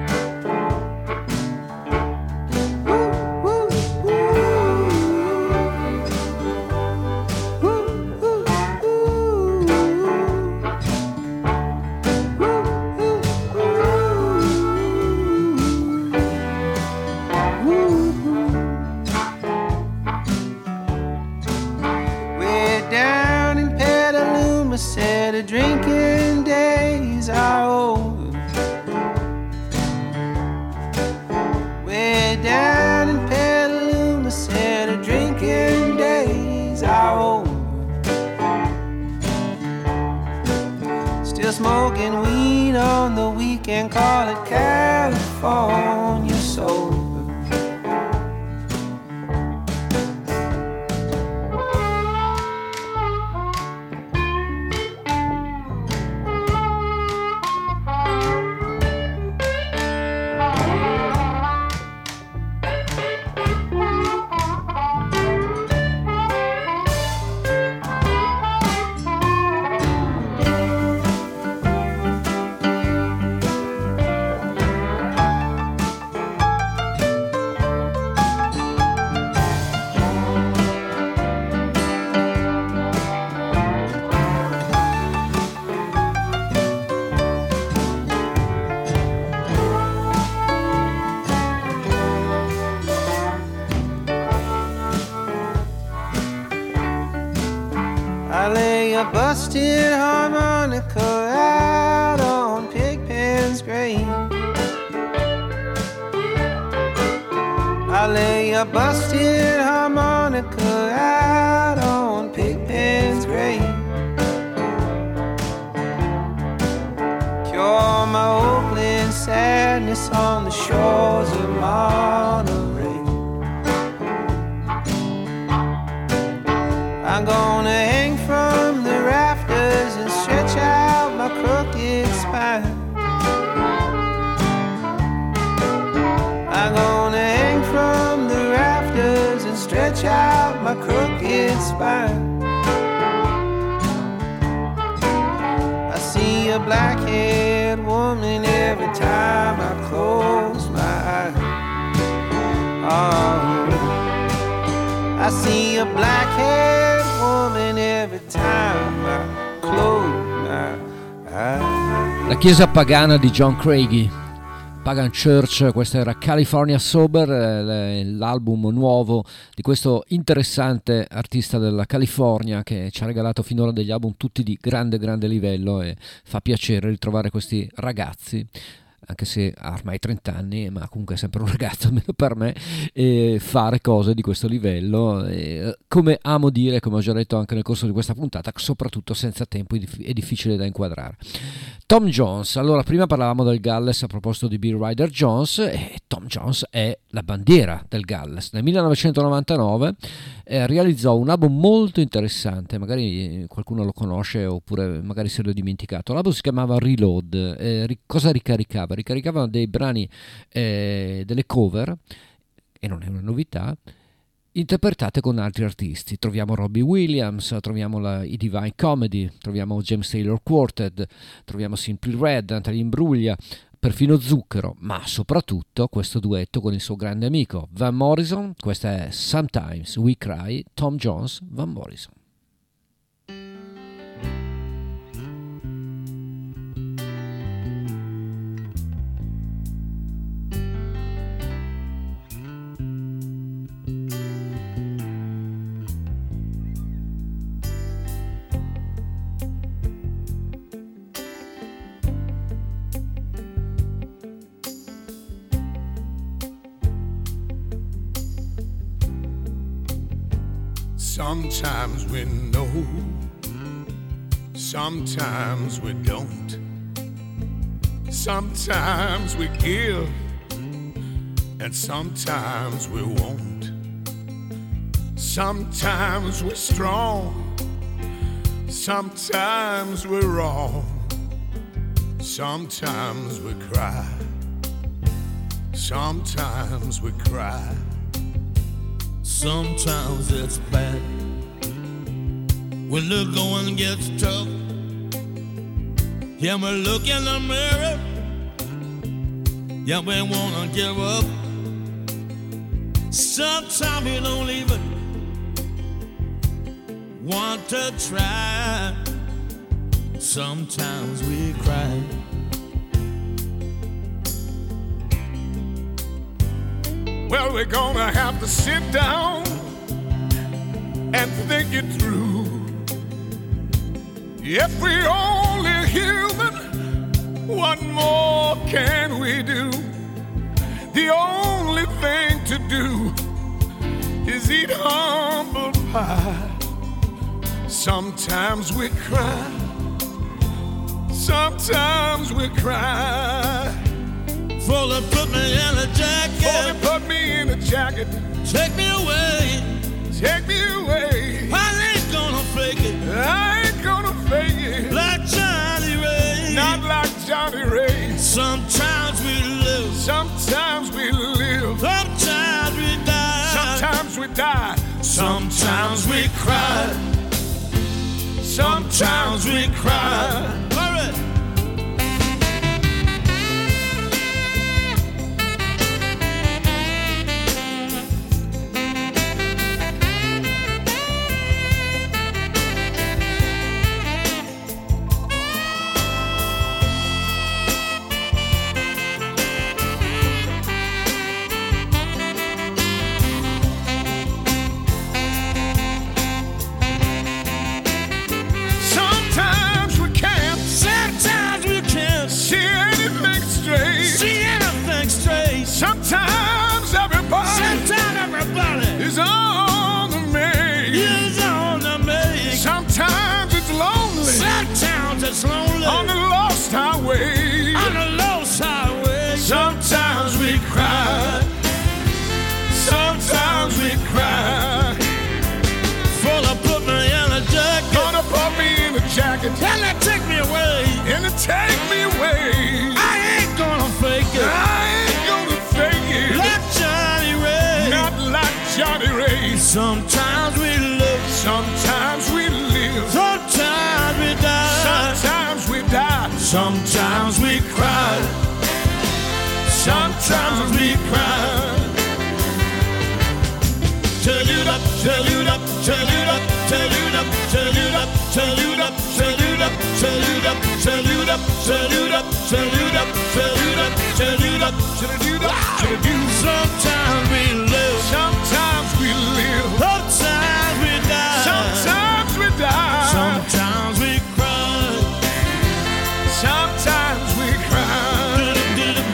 Said the drinking days are over. Way down in Petaluma said the drinking days are over. Still smoking weed on the weekend, call it California sober. Busted harmonica out on Pigpen's grave. I lay a busted harmonica out on Pigpen's grave. Cure my Oakland sadness on the shores of Monterey. I'm gonna hang from the rafters and stretch out my crooked spine. I'm gonna hang from the rafters and stretch out my crooked spine. I see a black-haired woman every time I close my eyes. Oh, I see a black-haired woman every time I close my eyes. La chiesa pagana di John Craigie, Pagan Church. Questa era California Sober, l'album nuovo di questo interessante artista della California che ci ha regalato finora degli album tutti di grande livello, e fa piacere ritrovare questi ragazzi anche se ha ormai 30 anni, ma comunque è sempre un ragazzo, almeno per me, fare cose di questo livello, come amo dire, come ho già detto anche nel corso di questa puntata, soprattutto senza tempo è difficile da inquadrare. Tom Jones, allora prima parlavamo del Galles a proposito di Bill Ryder Jones, e Tom Jones è la bandiera del Galles. Nel 1999 realizzò un album molto interessante, magari qualcuno lo conosce oppure magari se l'ho dimenticato. L'album si chiamava Reload. Cosa ricaricava? Ricaricava dei brani, delle cover, e non è una novità, interpretate con altri artisti. Troviamo Robbie Williams, troviamo i Divine Comedy, troviamo James Taylor Quartet, troviamo Simply Red, Natalie Imbruglia, perfino Zucchero, ma soprattutto questo duetto con il suo grande amico Van Morrison. Questa è Sometimes We Cry, Tom Jones, Van Morrison. Sometimes we know, sometimes we don't. Sometimes we give, and sometimes we won't. Sometimes we're strong, sometimes we're wrong. Sometimes we cry, sometimes we cry. Sometimes it's bad when the going gets tough. Yeah, we look in the mirror. Yeah, we wanna give up. Sometimes we don't even want to try. Sometimes we cry. Well, we're gonna have to sit down and think it through. If we're only human, what more can we do? The only thing to do is eat humble pie. Sometimes we cry, sometimes we cry. For they put me in a jacket. For they put me in a jacket. Take me away. Take me away. I ain't gonna fake it. I ain't gonna fake it. Like Johnny Ray. Not like Johnny Ray. Sometimes we live. Sometimes we live. Sometimes we die. Sometimes we die. Sometimes we cry. Sometimes we cry. All right. Sometimes everybody is on the make. Sometimes it's lonely. Sometimes it's lonely. On the lost highway. On the lost highway. Sometimes we cry. Sometimes we cry. For to put me in a jacket. Gonna put me in a jacket. And they take me away. And they take me away. I ain't gonna fake it. Like Johnny Ray. Not like Johnny Ray. Sometimes we live. Sometimes we live. Sometimes we die. Sometimes we die. Sometimes we cry. Sometimes we cry. Tell you up, tell you up, tell you up, tell you up, tell you up, tell you up, tell you up, tell you up, tell you up, tell you up, tell you up, tell you up, tell you up, tell you up. Sometimes we live. Sometimes we live. Sometimes we die. Sometimes we die. Sometimes we cry. Sometimes we cry.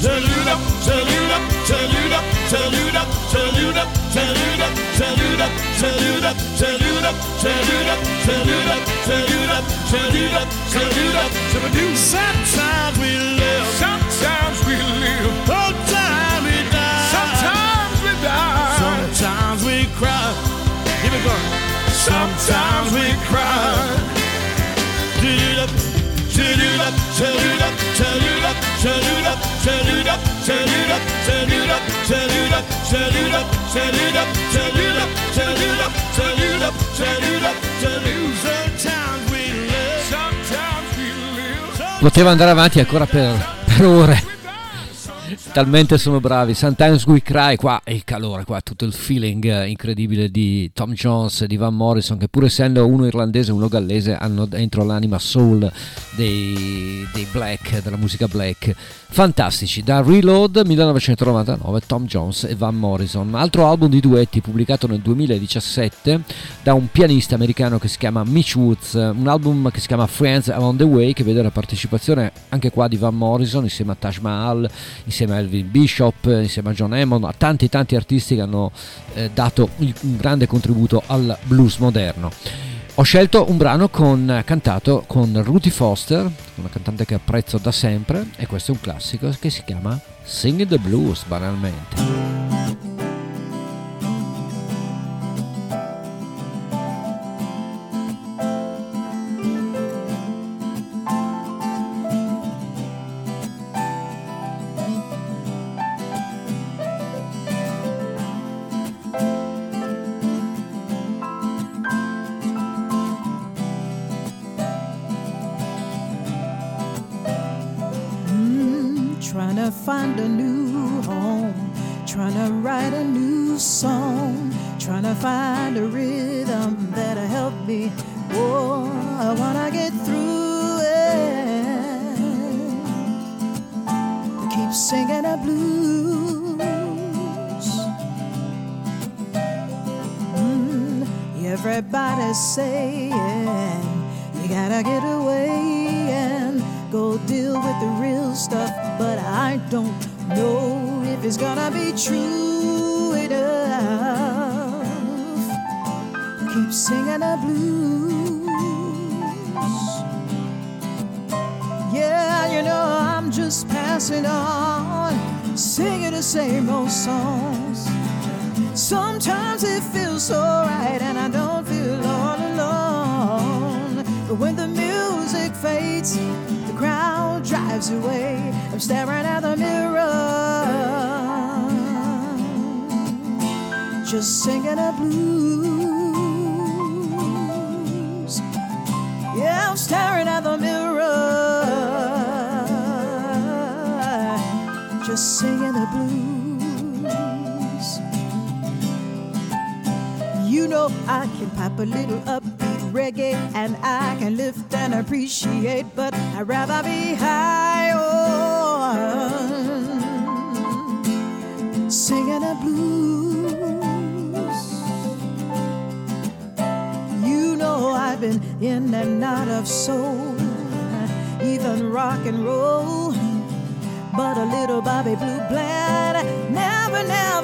Saluda, saluda, saluda, saluda, saluda, saluda, saluda, saluda, saluda, saluda, saluda, saluda, saluda, saluda, saluda. Sometimes we live, sometimes we live, sometimes we die, sometimes we die, sometimes we cry. Keep it going. Sometimes we cry. Saluda, saluda, saluda, saluda, saluda, saluda, saluda, saluda, saluda, saluda, saluda, saluda, saluda, saluda, saluda, saluda. Sometimes we live, sometimes we live. Poteva andare avanti ancora per ore, talmente sono bravi. Sometimes We Cry, qua è il calore, qua tutto il feeling incredibile di Tom Jones e di Van Morrison, che pur essendo uno irlandese e uno gallese hanno dentro l'anima soul dei black, della musica black. Fantastici. Da Reload 1999, Tom Jones e Van Morrison, altro album di duetti pubblicato nel 2017 da un pianista americano che si chiama Mitch Woods, un album che si chiama Friends Along the Way, che vede la partecipazione anche qua di Van Morrison insieme a Taj Mahal, insieme a Elvin Bishop, insieme a John Hammond, a tanti artisti che hanno dato un grande contributo al blues moderno. Ho scelto un brano cantato con Ruthie Foster, una cantante che apprezzo da sempre, e questo è un classico che si chiama Singing the Blues, banalmente. Trying to find a new home, trying to write a new song, trying to find a rhythm that'll help me. Oh, I wanna get through it. Keep singing the blues. Everybody's saying you gotta get away and go deal with the real stuff, but I don't know if it's gonna be true enough. Keep singing the blues. Yeah, you know, I'm just passing on, singing the same old songs. Sometimes it feels so right and I don't feel all alone, but when the music fades, the crowd drives away, I'm staring at the mirror, just singing the blues. Yeah, I'm staring at the mirror, just singing the blues. You know I can pop a little upbeat reggae and I can lift and appreciate, but I'd rather be high on singing the blues. You know I've been in and out of soul, even rock and roll, but a little Bobby Blue Bland never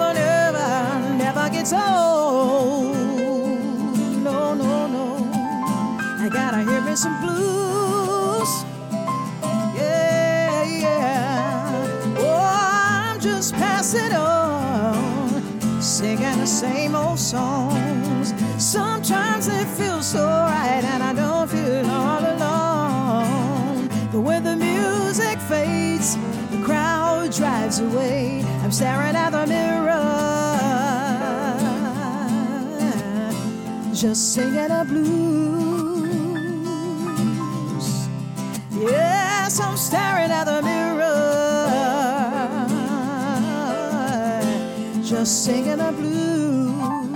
gets old. No, no, no, I gotta hear me some blues. Yeah, yeah. Oh, I'm just passing on, singing the same old songs. Sometimes it feels so right and I don't feel all alone, but when the music fades, the crowd drives away, I'm staring at the mirror, just singing the blues. Yes, I'm staring at the mirror, just singing the blues.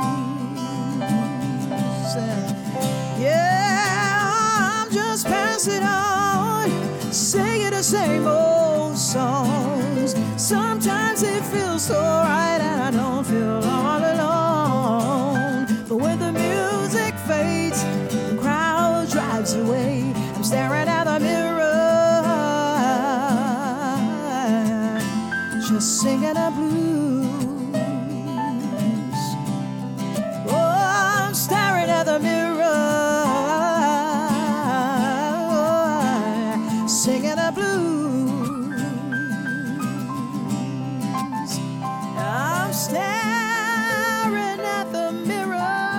Yeah, I'm just passing on, singing the same old songs. Sometimes it feels so right and I don't feel all alone, but when the music fades, the crowd drives away, I'm staring at the mirror, just singing a blues. Oh, I'm staring at the mirror, singing a blues. I'm staring at the mirror.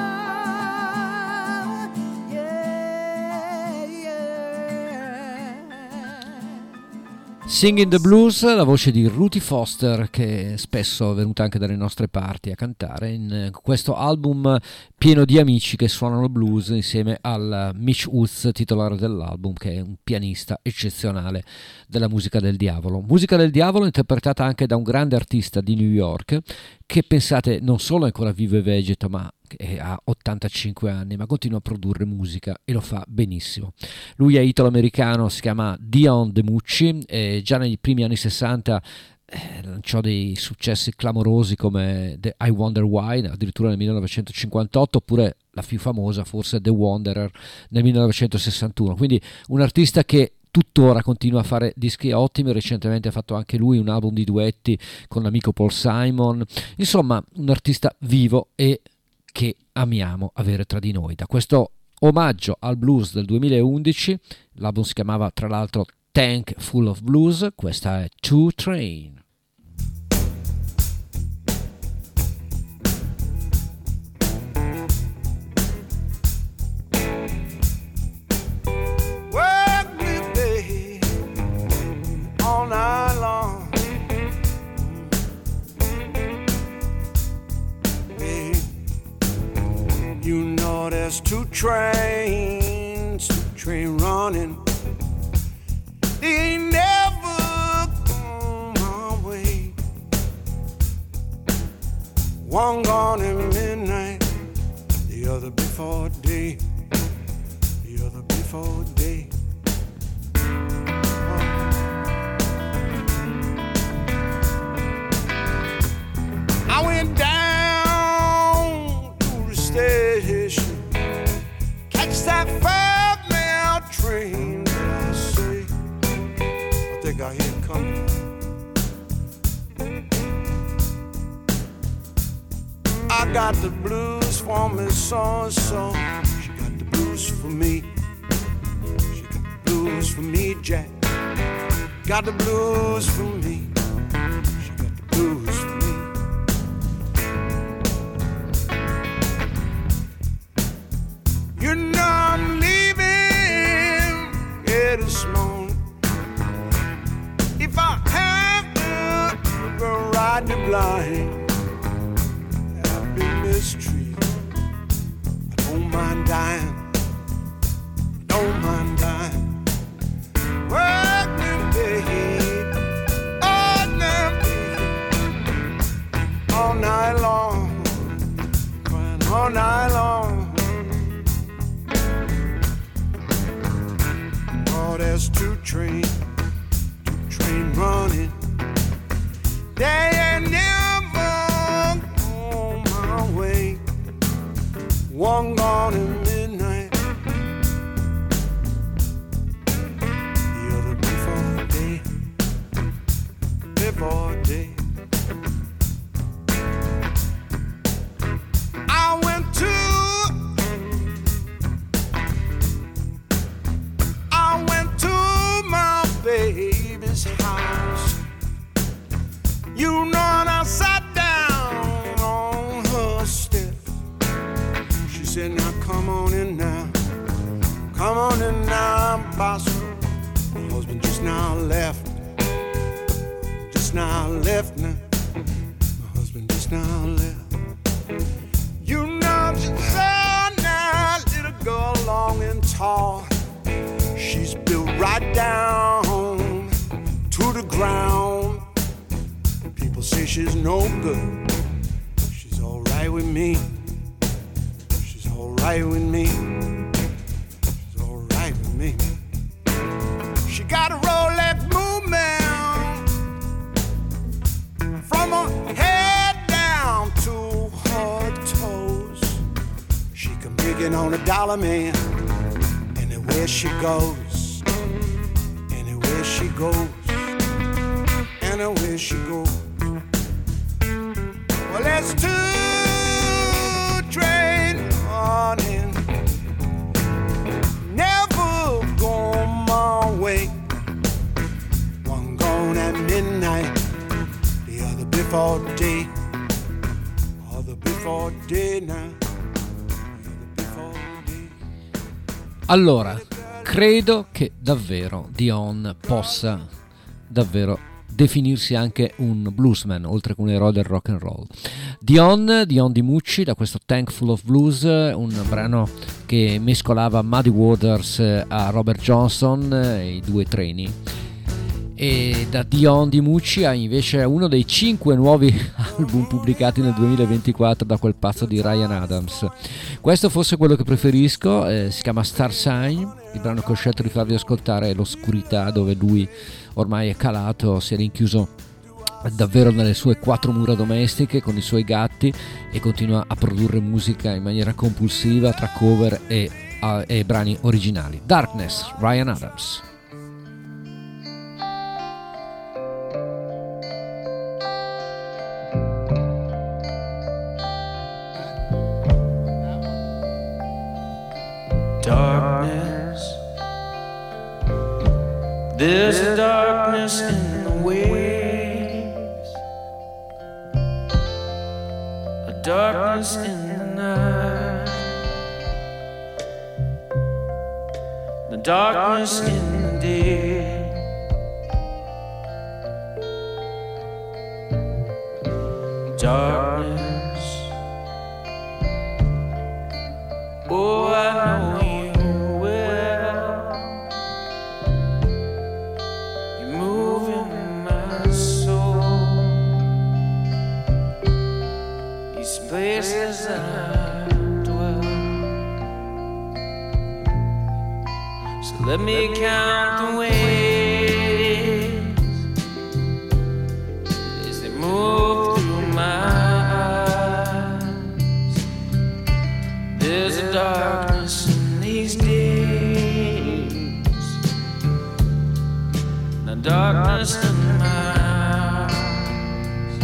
Yeah, yeah. Singing the Blues, la voce di Ruthie Foster, che spesso è venuta anche dalle nostre parti a cantare in questo album pieno di amici che suonano blues insieme al Mitch Woods, titolare dell'album, che è un pianista eccezionale della musica del diavolo. Musica del diavolo interpretata anche da un grande artista di New York che, pensate, non solo è ancora vivo e vegeta, ma ha 85 anni, ma continua a produrre musica e lo fa benissimo. Lui è italo-americano, si chiama Dion DeMucci e già nei primi anni 60 lanciò dei successi clamorosi come The I Wonder Why, addirittura nel 1958, oppure la più famosa forse The Wanderer nel 1961. Quindi un artista che tuttora continua a fare dischi ottimi. Recentemente ha fatto anche lui un album di duetti con l'amico Paul Simon. Insomma, un artista vivo e che amiamo avere tra di noi. Da questo omaggio al blues del 2011, l'album si chiamava tra l'altro Tank Full of Blues, questa è Two Train. Work me, babe, all night long. Babe, you know there's two trains running. They ain't never come my way. One gone at midnight, the other before day, the other before day. I went down to the station, catch that 5-mile train. I say, I think I hear it coming. I got the blues for me, so-and-so. She got the blues for me. She got the blues for me, Jack. Got the blues for me. She got the blues for me. You know I'm leaving here this morning. If I have to go ride the blind, I've been mistreated. I don't mind dying. I don't mind dying. Work me, babe, all night, babe, all night long, crying all night long. Oh, there's two train running. They ain't never on my way. One gone at midnight, the other before day, before day. I went to my baby's house. You know, and I sat down on her step. She said, now come on in now. Come on in now, Bosco. My husband just now left. Just now left now. My husband just now left. You know, she's so now, little girl, long and tall. She's built right down to the ground. People say she's no good. She's alright with me. She's alright with me. She's alright with me. She got a Rolex movement from her head down to her toes. She can make it on a dollar, man. Anywhere she goes, anywhere she goes. anywhere she goes. Well, there's two train running, never go my way. One gone at midnight, the other before day, other before day now. Allora, credo che davvero Dion possa davvero definirsi anche un bluesman, oltre che un eroe del rock and roll. Dion Di Mucci, da questo Thankful of Blues, un brano che mescolava Muddy Waters a Robert Johnson, i due treni. E da Dion Di Mucci a invece uno dei 5 nuovi album pubblicati nel 2024 da quel pazzo di Ryan Adams. Questo forse quello che preferisco, si chiama Star Sign. Il brano che ho scelto di farvi ascoltare è l'oscurità, dove lui ormai è calato, si è rinchiuso davvero nelle sue 4 mura domestiche con i suoi gatti e continua a produrre musica in maniera compulsiva tra cover e brani originali. Darkness, Ryan Adams. Darkness, there's a darkness in the waves, a darkness in the night, the darkness in the day, darkness. Oh, I know you well. You move in my soul. These places that I dwell. So let me count the ways as they move through my eyes. There's a darkness in these days, the darkness in my eyes.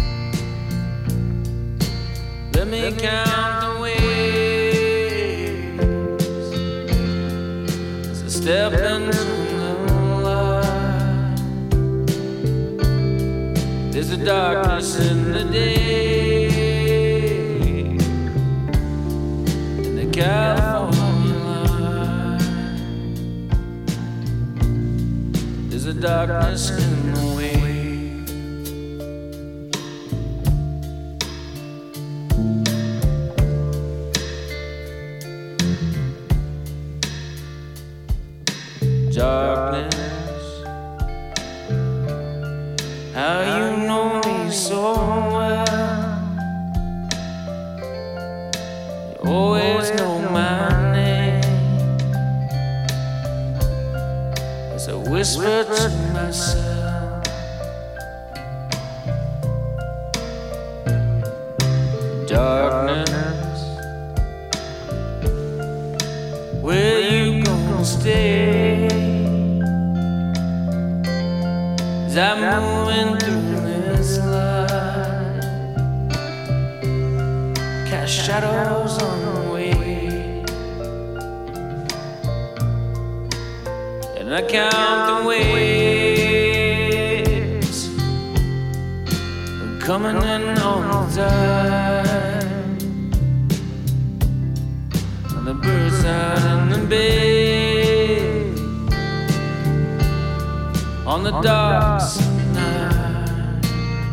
Let me count the ways as I step into the light. There's a darkness in the day, California line. There's a darkness in the way. Darkness, how you know me so well. You always know my name as I whisper to myself. Darkness, where you gonna stay? As I'm moving through this light, cast shadows on the way, and I count the waves coming in on the tide, and the birds out in the bay on the dark night.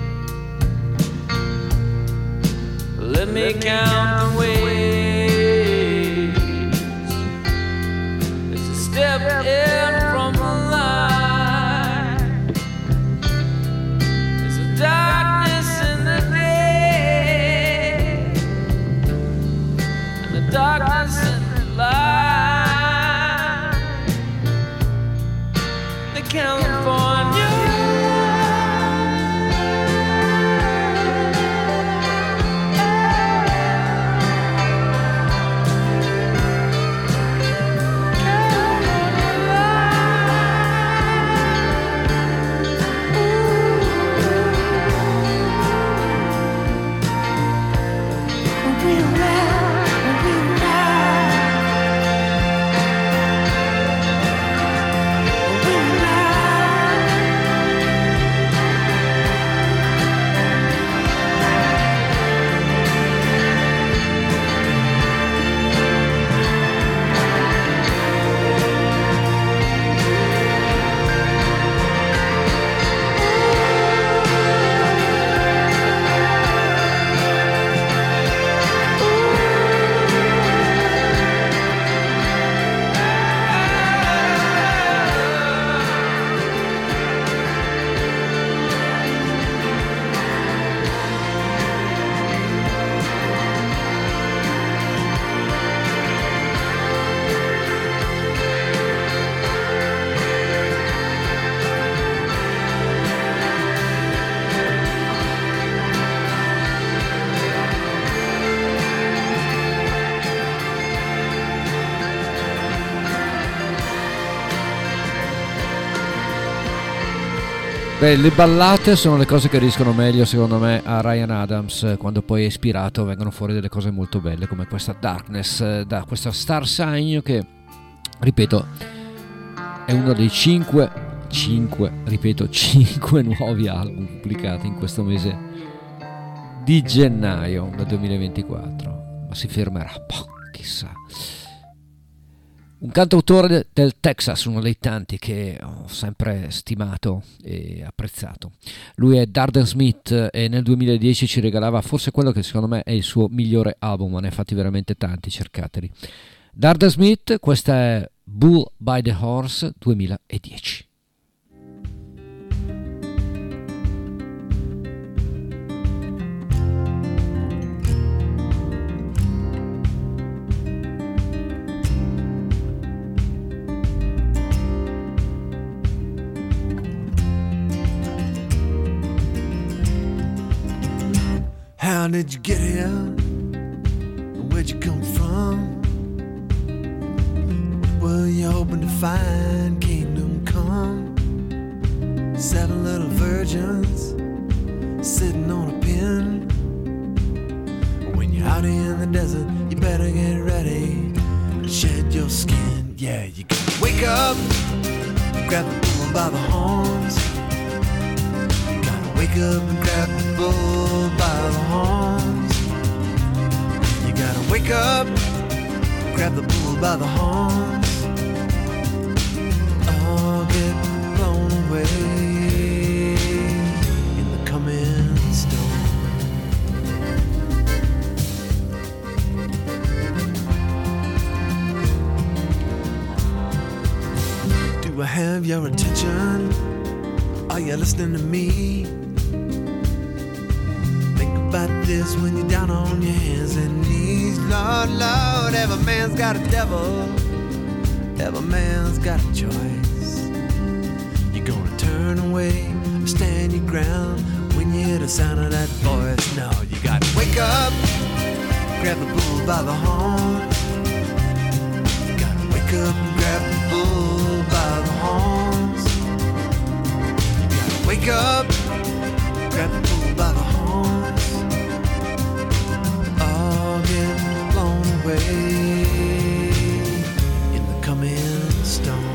Let me count the ways as I step in from the line. There's a darkness in the day, and the darkness in the light. The California. Beh, le ballate sono le cose che riescono meglio secondo me a Ryan Adams. Quando poi è ispirato vengono fuori delle cose molto belle come questa Darkness, da questa Star Sign, che ripeto è uno dei 5 nuovi album pubblicati in questo mese di gennaio del 2024, ma si fermerà, chissà. Un cantautore del Texas, uno dei tanti che ho sempre stimato e apprezzato. Lui è Darden Smith e nel 2010 ci regalava forse quello che secondo me è il suo migliore album, ma ne ha fatti veramente tanti, cercateli. Darden Smith, questa è Bull by the Horse 2010. How did you get here? Where'd you come from? Were you hoping to find kingdom come? 7 little virgins sitting on a pin. When you're out in the desert, you better get ready to shed your skin. Yeah, you gotta wake up, grab the bull by the horns. Wake up and grab the bull by the horns. You gotta wake up, grab the bull by the horns. Or get blown away in the coming storm. Do I have your attention? Are you listening to me? About this when you're down on your hands and knees. Lord, Lord, every man's got a devil, every man's got a choice. You're gonna turn away or stand your ground when you hear the sound of that voice. No, you gotta wake up, grab the bull by the horn. You gotta wake up and grab the bull by the horns. You gotta wake up, grab the bull by the horns. In the coming storm.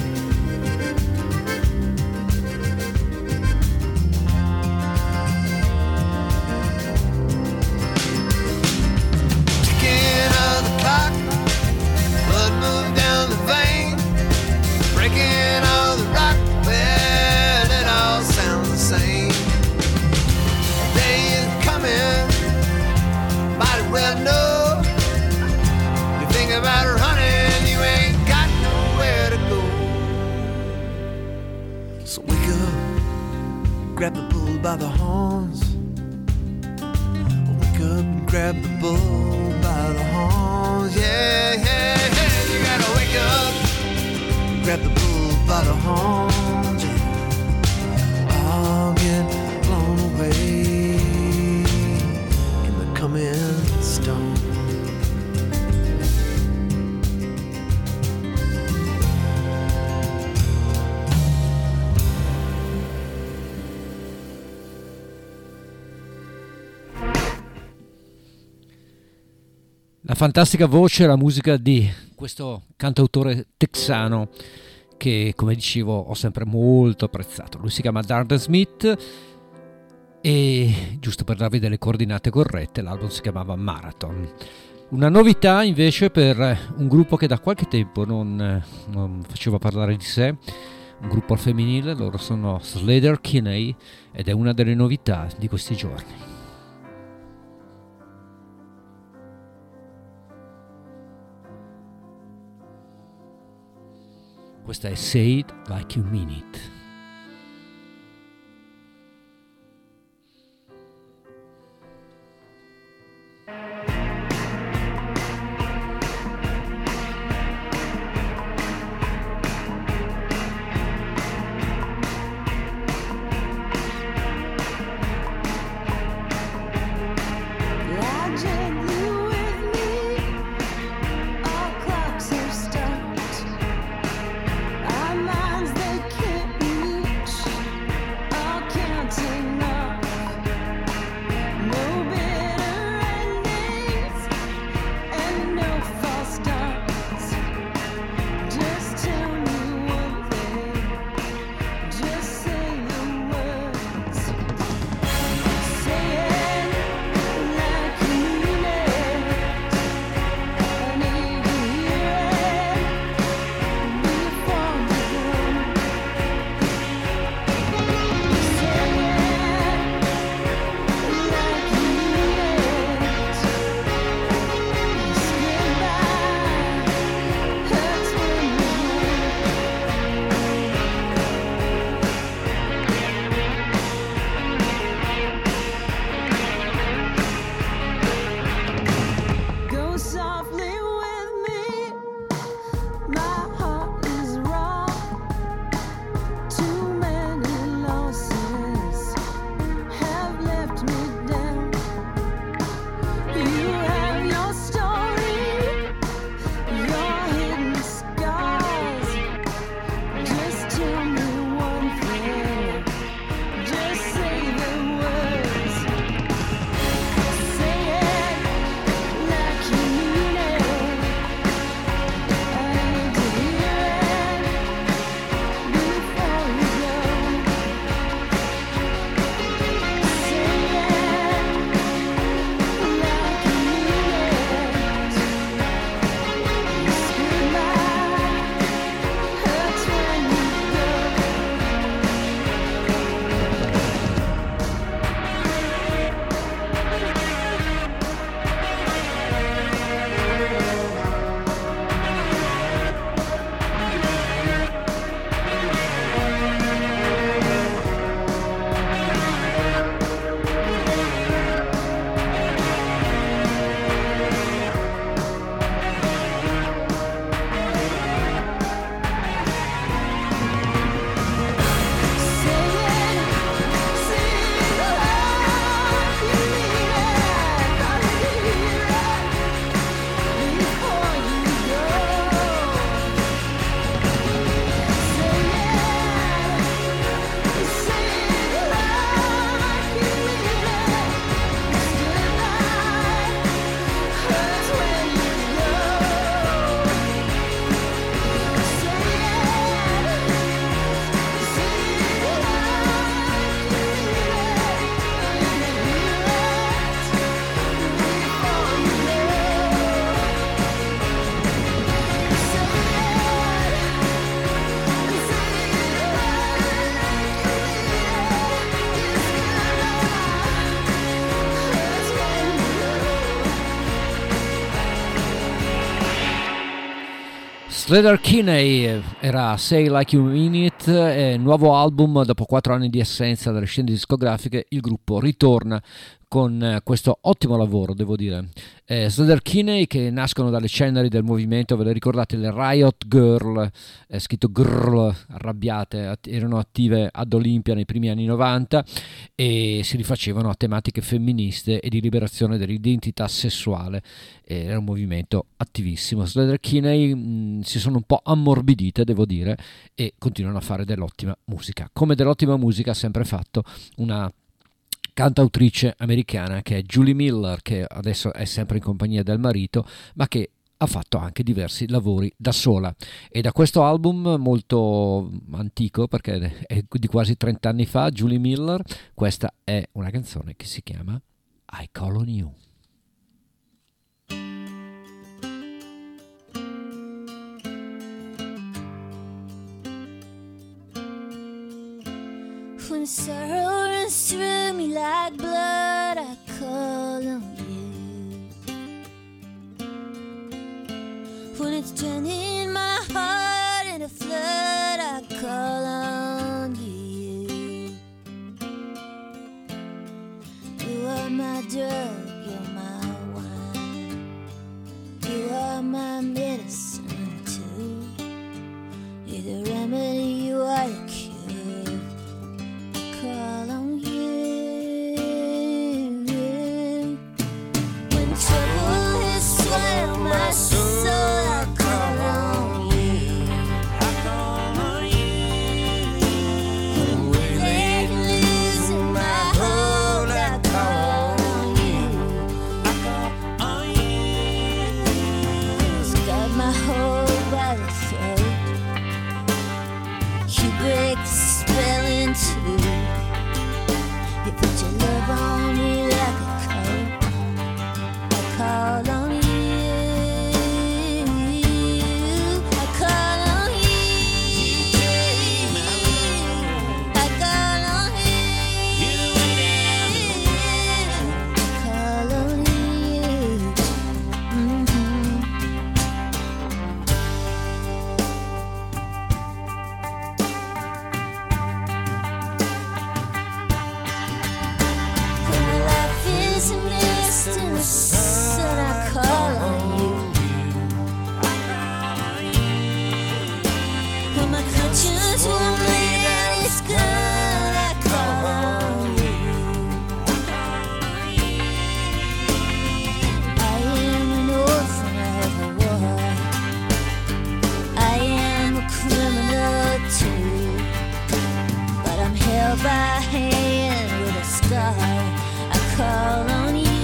Ticking of the clock, blood moved down the vein, breaking of the rock, well, it all sounds the same. The day is coming, might as well know. About running, you ain't got nowhere to go. So wake up, grab the bull by the horns. Wake up and grab the bull by the horns. Yeah, yeah, yeah. You gotta wake up, grab the bull by the horns. Yeah. I'll get blown away in the coming storm. La fantastica voce e la musica di questo cantautore texano che, come dicevo, ho sempre molto apprezzato. Lui si chiama Darden Smith e, giusto per darvi delle coordinate corrette, l'album si chiamava Marathon. Una novità invece per un gruppo che da qualche tempo non faceva parlare di sé, un gruppo al femminile. Loro sono Sleater-Kinney ed è una delle novità di questi giorni. Questa è Say It Like You Mean It. Our minds, they can't be Sleater-Kinney era Say Like You Mean It, nuovo album dopo 4 anni di assenza dalle scene discografiche. Il gruppo ritorna con questo ottimo lavoro, devo dire. Sleater-Kinney, che nascono dalle ceneri del movimento, ve le ricordate, le Riot Girl, scritto girl, arrabbiate, erano attive ad Olimpia nei primi anni 90 e si rifacevano a tematiche femministe e di liberazione dell'identità sessuale. Era un movimento attivissimo. Sleater-Kinney si sono un po' ammorbidite, devo dire, e continuano a fare dell'ottima musica, come dell'ottima musica ha sempre fatto una cantautrice americana che è Julie Miller, che adesso è sempre in compagnia del marito, ma che ha fatto anche diversi lavori da sola. E da questo album molto antico, perché è di quasi 30 anni fa, Julie Miller, questa è una canzone che si chiama I Call on You. When sorrow runs through me like blood, I call on you. When it's drowning my heart in a flood, I call on you. You are my drug, you're my wine. You are my medicine too. You're the remedy, you are the cure. Call on you. When trouble has swallowed my soul, I call on you. I call on you. When I'm late losing my hold, I call on you. I call on you. It's got my hold by the throat. You break the spell in two. You put your love on me like a coat. I call on you. I call on you. I call on you. I call on you. Said I call on you. When my conscience won't lay down its gun, I call on you. I am an orphan of the war. I am a criminal too, but I'm held by a hand with a scar. I call on you.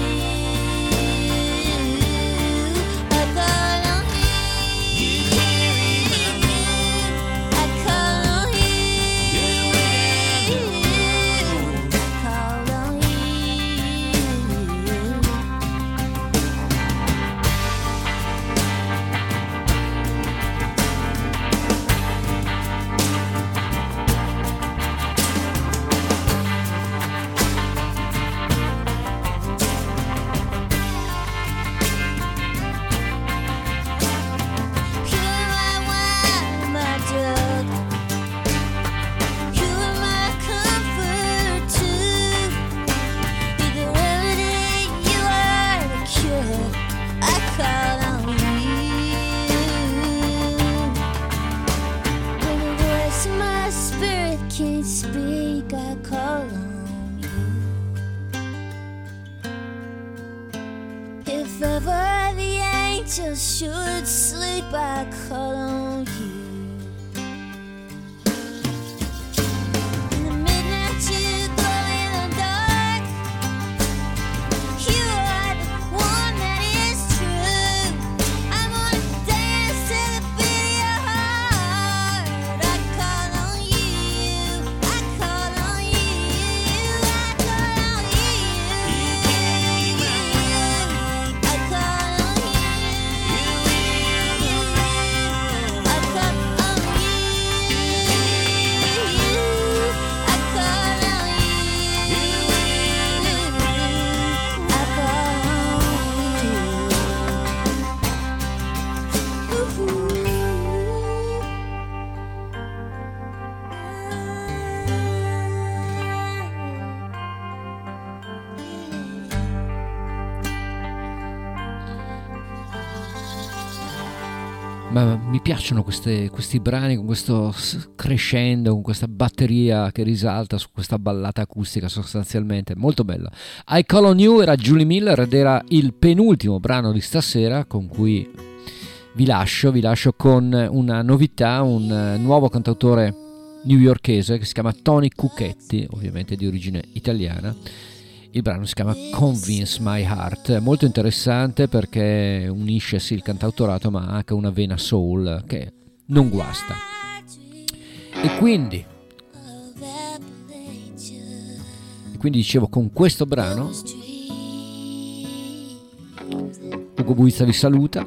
Can't speak, I call on you. If ever the angels should sleep, I call on you. In the midnight you glow in the dark. You are the one that is true. I'm gonna dance to the beat of your heart. I call on you. I call on you. I call on you. I call on you. I call Ma mi piacciono questi brani con questo crescendo, con questa batteria che risalta su questa ballata acustica, sostanzialmente molto bella. I Call on You era Julie Miller ed era il penultimo brano di stasera, con cui vi lascio con una novità, un nuovo cantautore newyorkese che si chiama Tony Cucchetti, ovviamente di origine italiana. Il brano si chiama Convince My Heart, molto interessante perché unisce sì il cantautorato ma anche una vena soul che non guasta. E quindi dicevo, con questo brano Ugo Buizza vi saluta,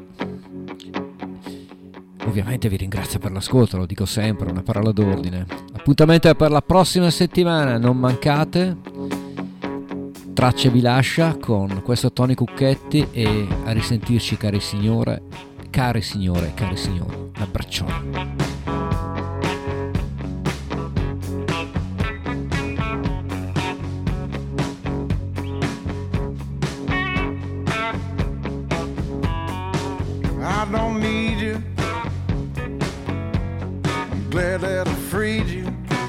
ovviamente vi ringrazio per l'ascolto, lo dico sempre, una parola d'ordine. Appuntamento è per la prossima settimana, non mancate. Tracce vi lascia con questo Tony Cucchetti e a risentirci care signore, cari signori. Un abbraccione. I don't need you. I'm glad that I freed you.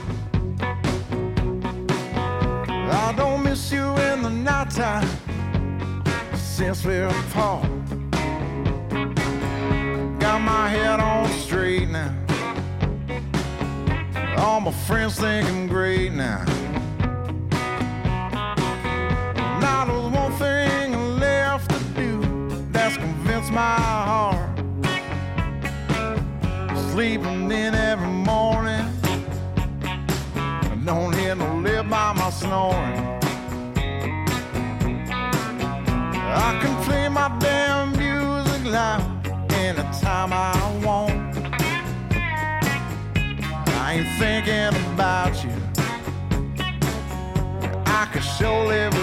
I don't miss you in the nighttime since we're apart. Got my head on straight now. All my friends think I'm great now. Now there's one thing left to do, that's convince my heart. Sleeping in every morning, I don't hear no lip by my snoring. I can play my damn music loud anytime I want. I ain't thinking about you, I can surely